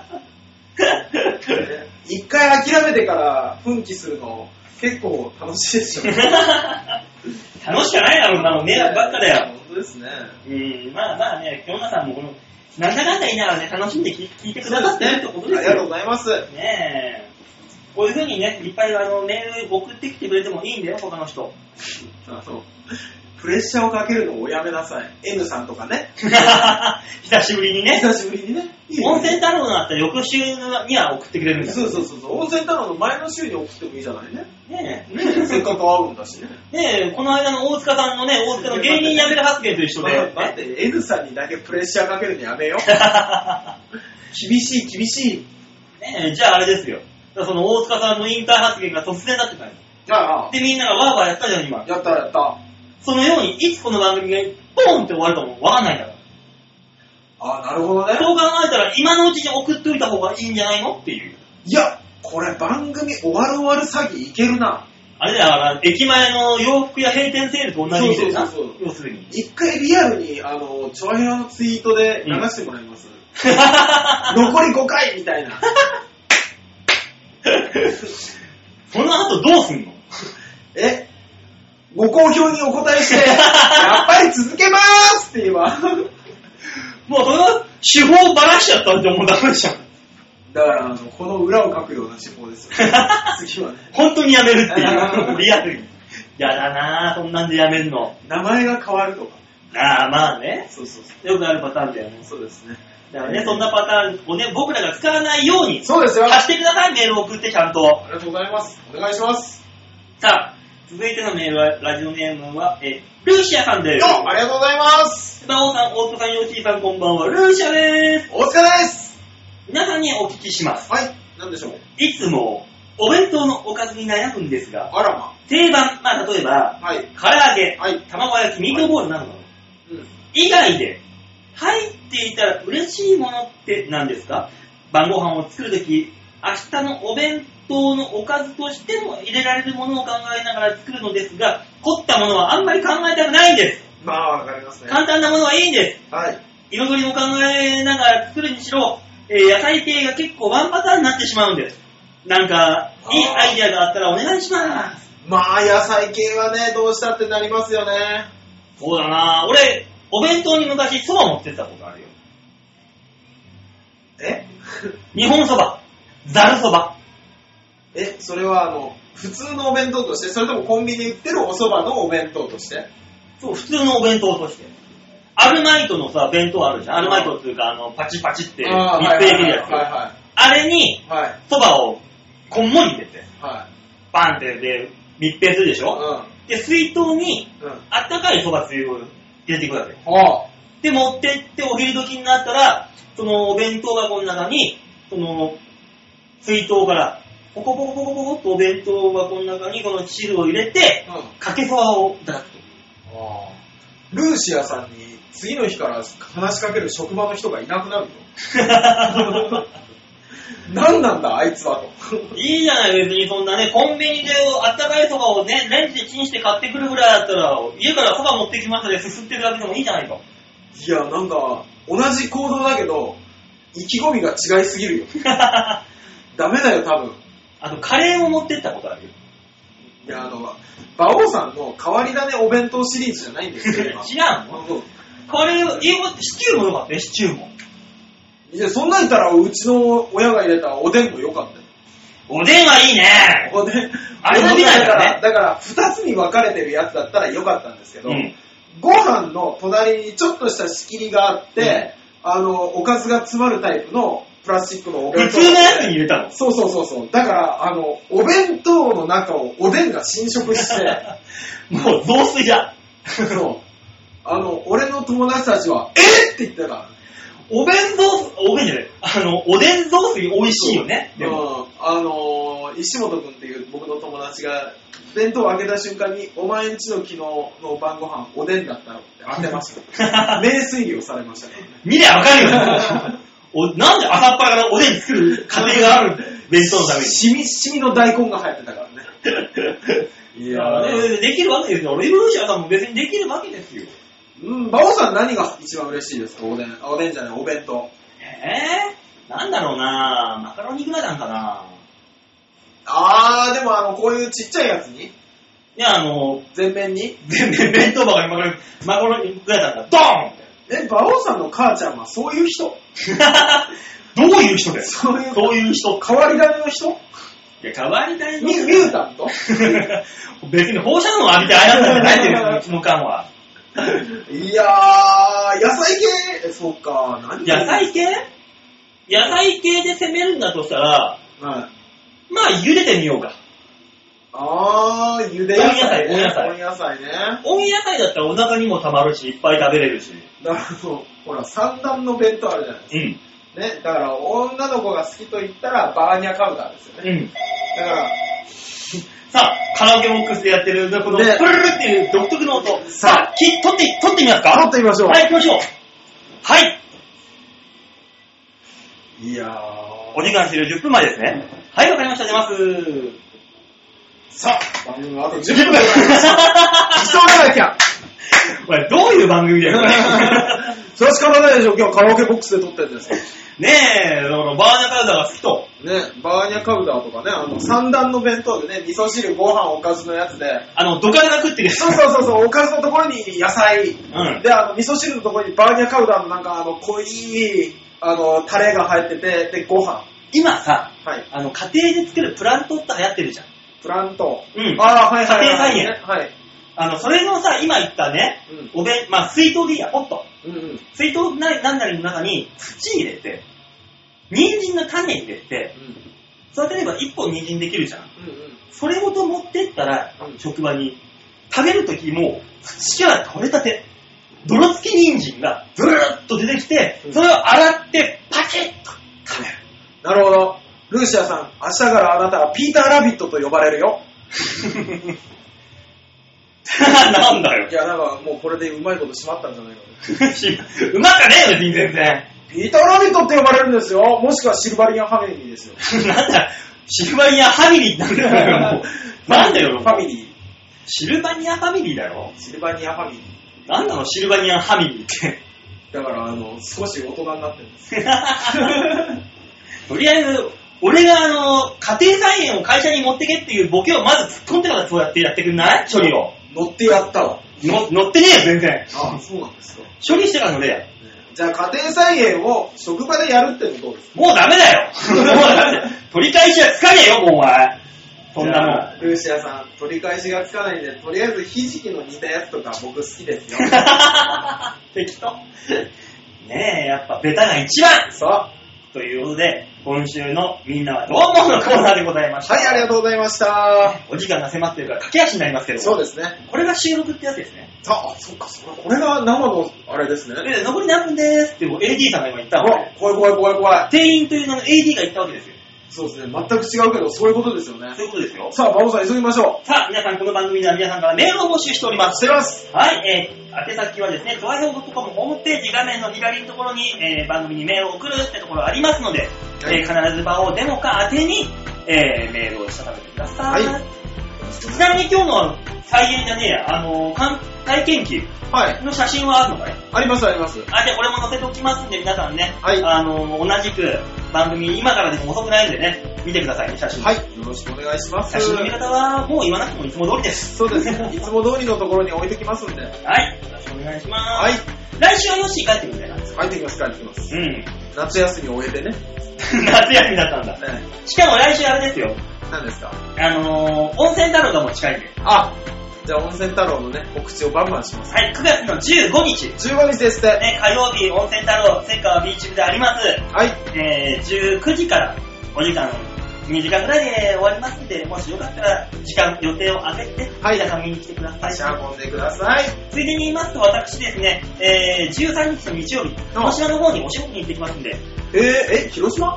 一回諦めてから奮起するの結構楽しいでしょ。 楽しかないだろうな、迷惑ばっかだよ。 本当ですね。 まあね、京奈さんもこのなんだかんだ言いながらね、楽しんで聞いてくださってるってことですよ。 ありがとうございます。 ねえ。こういう風にね、いっぱいメール送ってきてくれてもいいんだよ、他の人。 プレッシャーをかけるのをおやめなさい。N さんとかね。 久しぶりにね。 久しぶりにね。 温泉太郎のあったら翌週には送ってくれるんだよ。 そう。温泉太郎の前の週に送ってもいいじゃないね。 ねえ。せっかく会うんだしね。 ねえ、この間の大塚さんのね、大塚の芸人辞める発言と一緒で。 待って、N さんにだけプレッシャーかけるのやめよう。厳しい。 ねえ、じゃああれですよ。その大塚さんの引退発言が突然だってたよ。で、みんながワーワーやったじゃん、今。 やった。 そのように、いつこの番組がポーンって終わるかもわかんないんだから。 なるほどね。 そう考えたら、今のうちに送っといた方がいいんじゃないのっていう。 いや、これ番組終わる詐欺いけるな。 あれだよ、駅前の洋服や閉店セールと同じみたいな。そう。要するに。 一回リアルに、チョアヘアのツイートで流してもらいます。残り5回みたいな。 その後どうすんの？ ご好評にお答えして、やっぱり続けまーすって言えば。 もうその手法をばらしちゃったって思うダメじゃん。 だからこの裏を書くような手法ですよ。次はね。 本当にやめるっていう。リアルに。やだなぁ、そんなんでやめるの。 名前が変わるとか。 まあね。 そう。 よくあるパターンだよね。 そうですね。 だからね、そんなパターンをね、僕らが使わないように。 そうですよ。 貸してください、メールを送ってちゃんと。 ありがとうございます。お願いします。 さあ、続いてのメールは、ラジオネームは、ルーシアさんです。 ありがとうございます。 馬王さん、大塚さん、ヨッシーさん、こんばんは。ルーシアです。 大塚です。 皆さんにお聞きします。 はい。何でしょう。 いつも、お弁当のおかずに悩むんですが、 あらま。 定番、例えば、唐揚げ、卵焼き、ミートボールなどなど、以外で、入っていたら嬉しいものって何ですか？晩ご飯を作るとき、明日のお弁当のおかずとしても入れられるものを考えながら作るのですが、凝ったものはあんまり考えたくないんです。 まあ、わかりますね。 簡単なものはいいんです。 はい。 彩りも考えながら作るにしろ、野菜系が結構ワンパターンになってしまうんです。なんか、いいアイデアがあったらお願いします。 まあ野菜系はね、どうしたってなりますよね。 そうだな。俺、お弁当に昔蕎麦持ってったことあるよ。日本蕎麦。ざる蕎麦。 それは普通のお弁当として、それともコンビニで売ってるお蕎麦のお弁当として？ そう、普通のお弁当として。アルマイトのさ、弁当あるじゃん。アルマイトっていうか、パチパチって密閉できるやつ。あれに、蕎麦をこんもり入れて、バンってで密閉するでしょ、で、水筒に、あったかい蕎麦つゆを入れていくわけ。で、持ってってお昼時になったら、そのお弁当箱の中に、その水筒からポコポコポコポコっとお弁当箱の中にこの汁を入れて、かけそばをいただくと。 ルーシアさんに次の日から話しかける職場の人がいなくなるよ。何なんだあいつはと。 いいじゃない、別にそんなね、コンビニであったかいそばをね、レンジでチンして買ってくるぐらいだったら、家からそば持ってきましたですすってるだけでもいいじゃないか。 いや、なんか、同じ行動だけど、意気込みが違いすぎるよ。ダメだよ、多分。 あと、カレーを持ってったことあるよ。 いや、馬王さんの変わり種お弁当シリーズじゃないんですよ。 違うの？カレー、英語ってシチューもよかったよ、シチューも。 いや、そんなん言ったら、うちの親が入れたおでんもよかったよ。 おでんはいいね。 おでん。 あれも見ないからね。 だから、二つに分かれてるやつだったらよかったんですけど、ご飯の隣にちょっとした仕切りがあって、おかずが詰まるタイプのプラスチックのお弁当。 普通のやつに入れたの？ そう。だから、お弁当の中をおでんが侵食して、 もう雑炊だ。 そう。俺の友達たちは、って言ったから。 おでん雑炊美味しいよね。でも石本くんっていう僕の友達が、弁当を開けた瞬間に、お前んちの昨日の晩ご飯おでんだったろって当てました。名推理をされましたからね。 見りゃわかるよね。なんで朝っぱらからおでん作る過程があるんだよ、弁当のために。 しみの大根が入ってたからね。いやできるわけですよ。レボルーシアさんも別にできるわけですよ。 馬王さん何が一番嬉しいですか？おでんじゃない、お弁当。 なんだろうな、マカロニグラタンかな。 でもこういうちっちゃいやつに？ いや、 全面に弁当箱にマカロニグラタンがドーンって。 馬王さんの母ちゃんはそういう人？ どういう人だよ。 そういう人。変わり種の人？ いや、変わり種の人。ミュータント？ 別に放射能を浴びてあやったんじゃないんだよ、うちの缶は。 いやー、野菜系？そうか、 野菜系で攻めるんだとしたら、まあ、茹でてみようか。 茹で野菜ね。 温野菜ね。温野菜だったらお腹にもたまるし、いっぱい食べれるし。 だからほら、三段の弁当あるじゃないですか。ね、だから女の子が好きと言ったらバーニャカウダーですよね。だから、 さあ、カラオケボックスでやってる、このプルルっていう独特の音。さあ、撮ってみますか？ 撮ってみましょう。 はい、行きましょう。はい。 いやー。 お時間終了10分前ですね。はい、わかりました。出ます。 さあ、番組はあと10分でございます。急がなきゃ。 これ、どういう番組だよ、これ。 それは仕方ないでしょ。今日カラオケボックスで撮ってるんですよ。 ねえ、バーニャカウダーが好きと。 ね、バーニャカウダーとかね、三段の弁当でね、味噌汁、ご飯、おかずのやつで。 ドカデが食ってるやつ。 そう、おかずのところに野菜。で、味噌汁のところにバーニャカウダーのなんか濃い、タレが入ってて、で、ご飯。 今さ、家庭で作るプラントって流行ってるじゃん。 プラント。 はい。家庭菜園。 はい。 それのさ、今言ったね、水筒でいいや、ポット。水筒なんなりの中に土入れて、人参の種入れて、そう例えば1本人参できるじゃん。それごと持ってったら、職場に、食べるときも、土から取れたて、泥付き人参がブルーッと出てきて、それを洗って、パキッと食べる。 なるほど。ルーシアさん、明日からあなたはピーターラビットと呼ばれるよ。 なんだよ。 いや、なんかもうこれでうまいことしまったんじゃないかうまかねえよ、全然。 ピーターラビットって呼ばれるんですよ。もしくはシルバリアンファミリーですよ。 なんだ、シルバリアンファミリーなんだよ。なんだよ、 ファミリー。 シルバニアファミリーだよ。 シルバニアファミリー。 なんなの、シルバニアンファミリーって。 だから、少し大人になってるんです。 とりあえず、 俺が家庭菜園を会社に持ってけっていうボケをまず突っ込んでからそうやってやってくんない？処理を。 乗ってやったわ。 乗ってねえよ、全然。 ああ、そうなんですよ。 処理してから乗れや。 じゃあ家庭菜園を職場でやるってのどうですか？ もうダメだよ。もうダメだよ。取り返しはつかねえよ、もうお前。そんなもん。 ルーシアさん、取り返しがつかないんで、とりあえずひじきの煮たやつとか僕好きですよ。 適当。ねえ、やっぱベタが一番。 そう。 ということで、今週のみんなはどう思うのコーナーでございました。 はい、ありがとうございました。 お時間が迫ってるから駆け足になりますけど。 そうですね。 これが収録ってやつですね。 あ、そっか、これが生のあれですね。 で、残り何分でーすって AD さんが今言ったわけ。 怖い怖い怖い怖い。 店員という名の AD が言ったわけですよ。 そうですね。全く違うけど、そういうことですよね。 そういうことですよ。 さあ、バオさん急ぎましょう。 さあ、皆さんこの番組では皆さんからメールを募集しております。 してます。 はい、宛先はですね、ドアヘオ.comホームページ画面の左のところに、番組にメールを送るってところありますので、 はい、 必ずバオデモか宛てに、メールをしたためてください。はい、ちなみに今日の再現じゃねえや、体験記の写真はあるのかね、 ありますあります。 あ、じゃあこれも載せておきますんで、皆さんね、 はい、 同じく番組、今からでも遅くないんでね、見てくださいね、写真。 はい、よろしくお願いします。 写真の見方はもう言わなくてもいつも通りです。 そうですね。いつも通りのところに置いてきますんで。はい、 よろしくお願いします。 はい。 来週はヨッシー帰ってくるんだよな。 帰ってきます、帰ってきます。 うん。 夏休みを終えてね。 夏休みだったんだ。ね、しかも来週あれですよ。 何ですか？ 温泉太郎がもう近いんで。 あ、じゃあ温泉太郎のね、告知をバンバンします。 はい、9月の15日。 15日ですって。 ね、火曜日、温泉太郎、セカビーチ部であります。 はい。 19時からお時間、2時間ぐらいで終わりますんで、もしよかったら時間、予定を空けて、はい、皆さん見に来てください。 足運んでください。 ついでに言いますと、私ですね、13日の日曜日、広島の方にお仕事に行ってきますんで。 広島？ はい。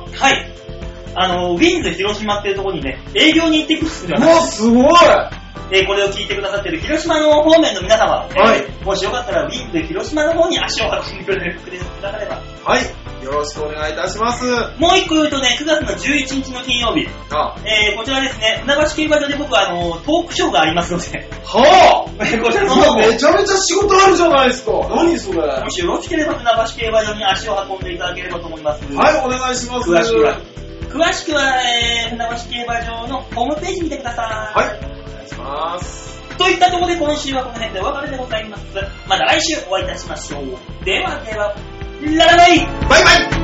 ウィンズ広島っていうところにね、営業に行ってきますんで。 うわ、すごい！ これを聞いてくださっている広島の方面の皆様、 はい、 もしよかったらウィンズ広島の方に足を運んでくだされば。 はい。よろしくお願いいたします。 もう一個言うとね、9月の11日の金曜日。こちらですね、船橋競馬場で僕はトークショーがありますので。 はぁこちらの方もめちゃめちゃ仕事あるじゃないですか。何それ。 もしよろしければ船橋競馬場に足を運んでいただければと思います。 はい、お願いします。 詳しくは、船橋競馬場のホームページ見てください。 はい、お願いします。 といったところで今週はこの辺でお別れでございます。また来週お会いいたしましょう。ではでは、ララバイバイバイ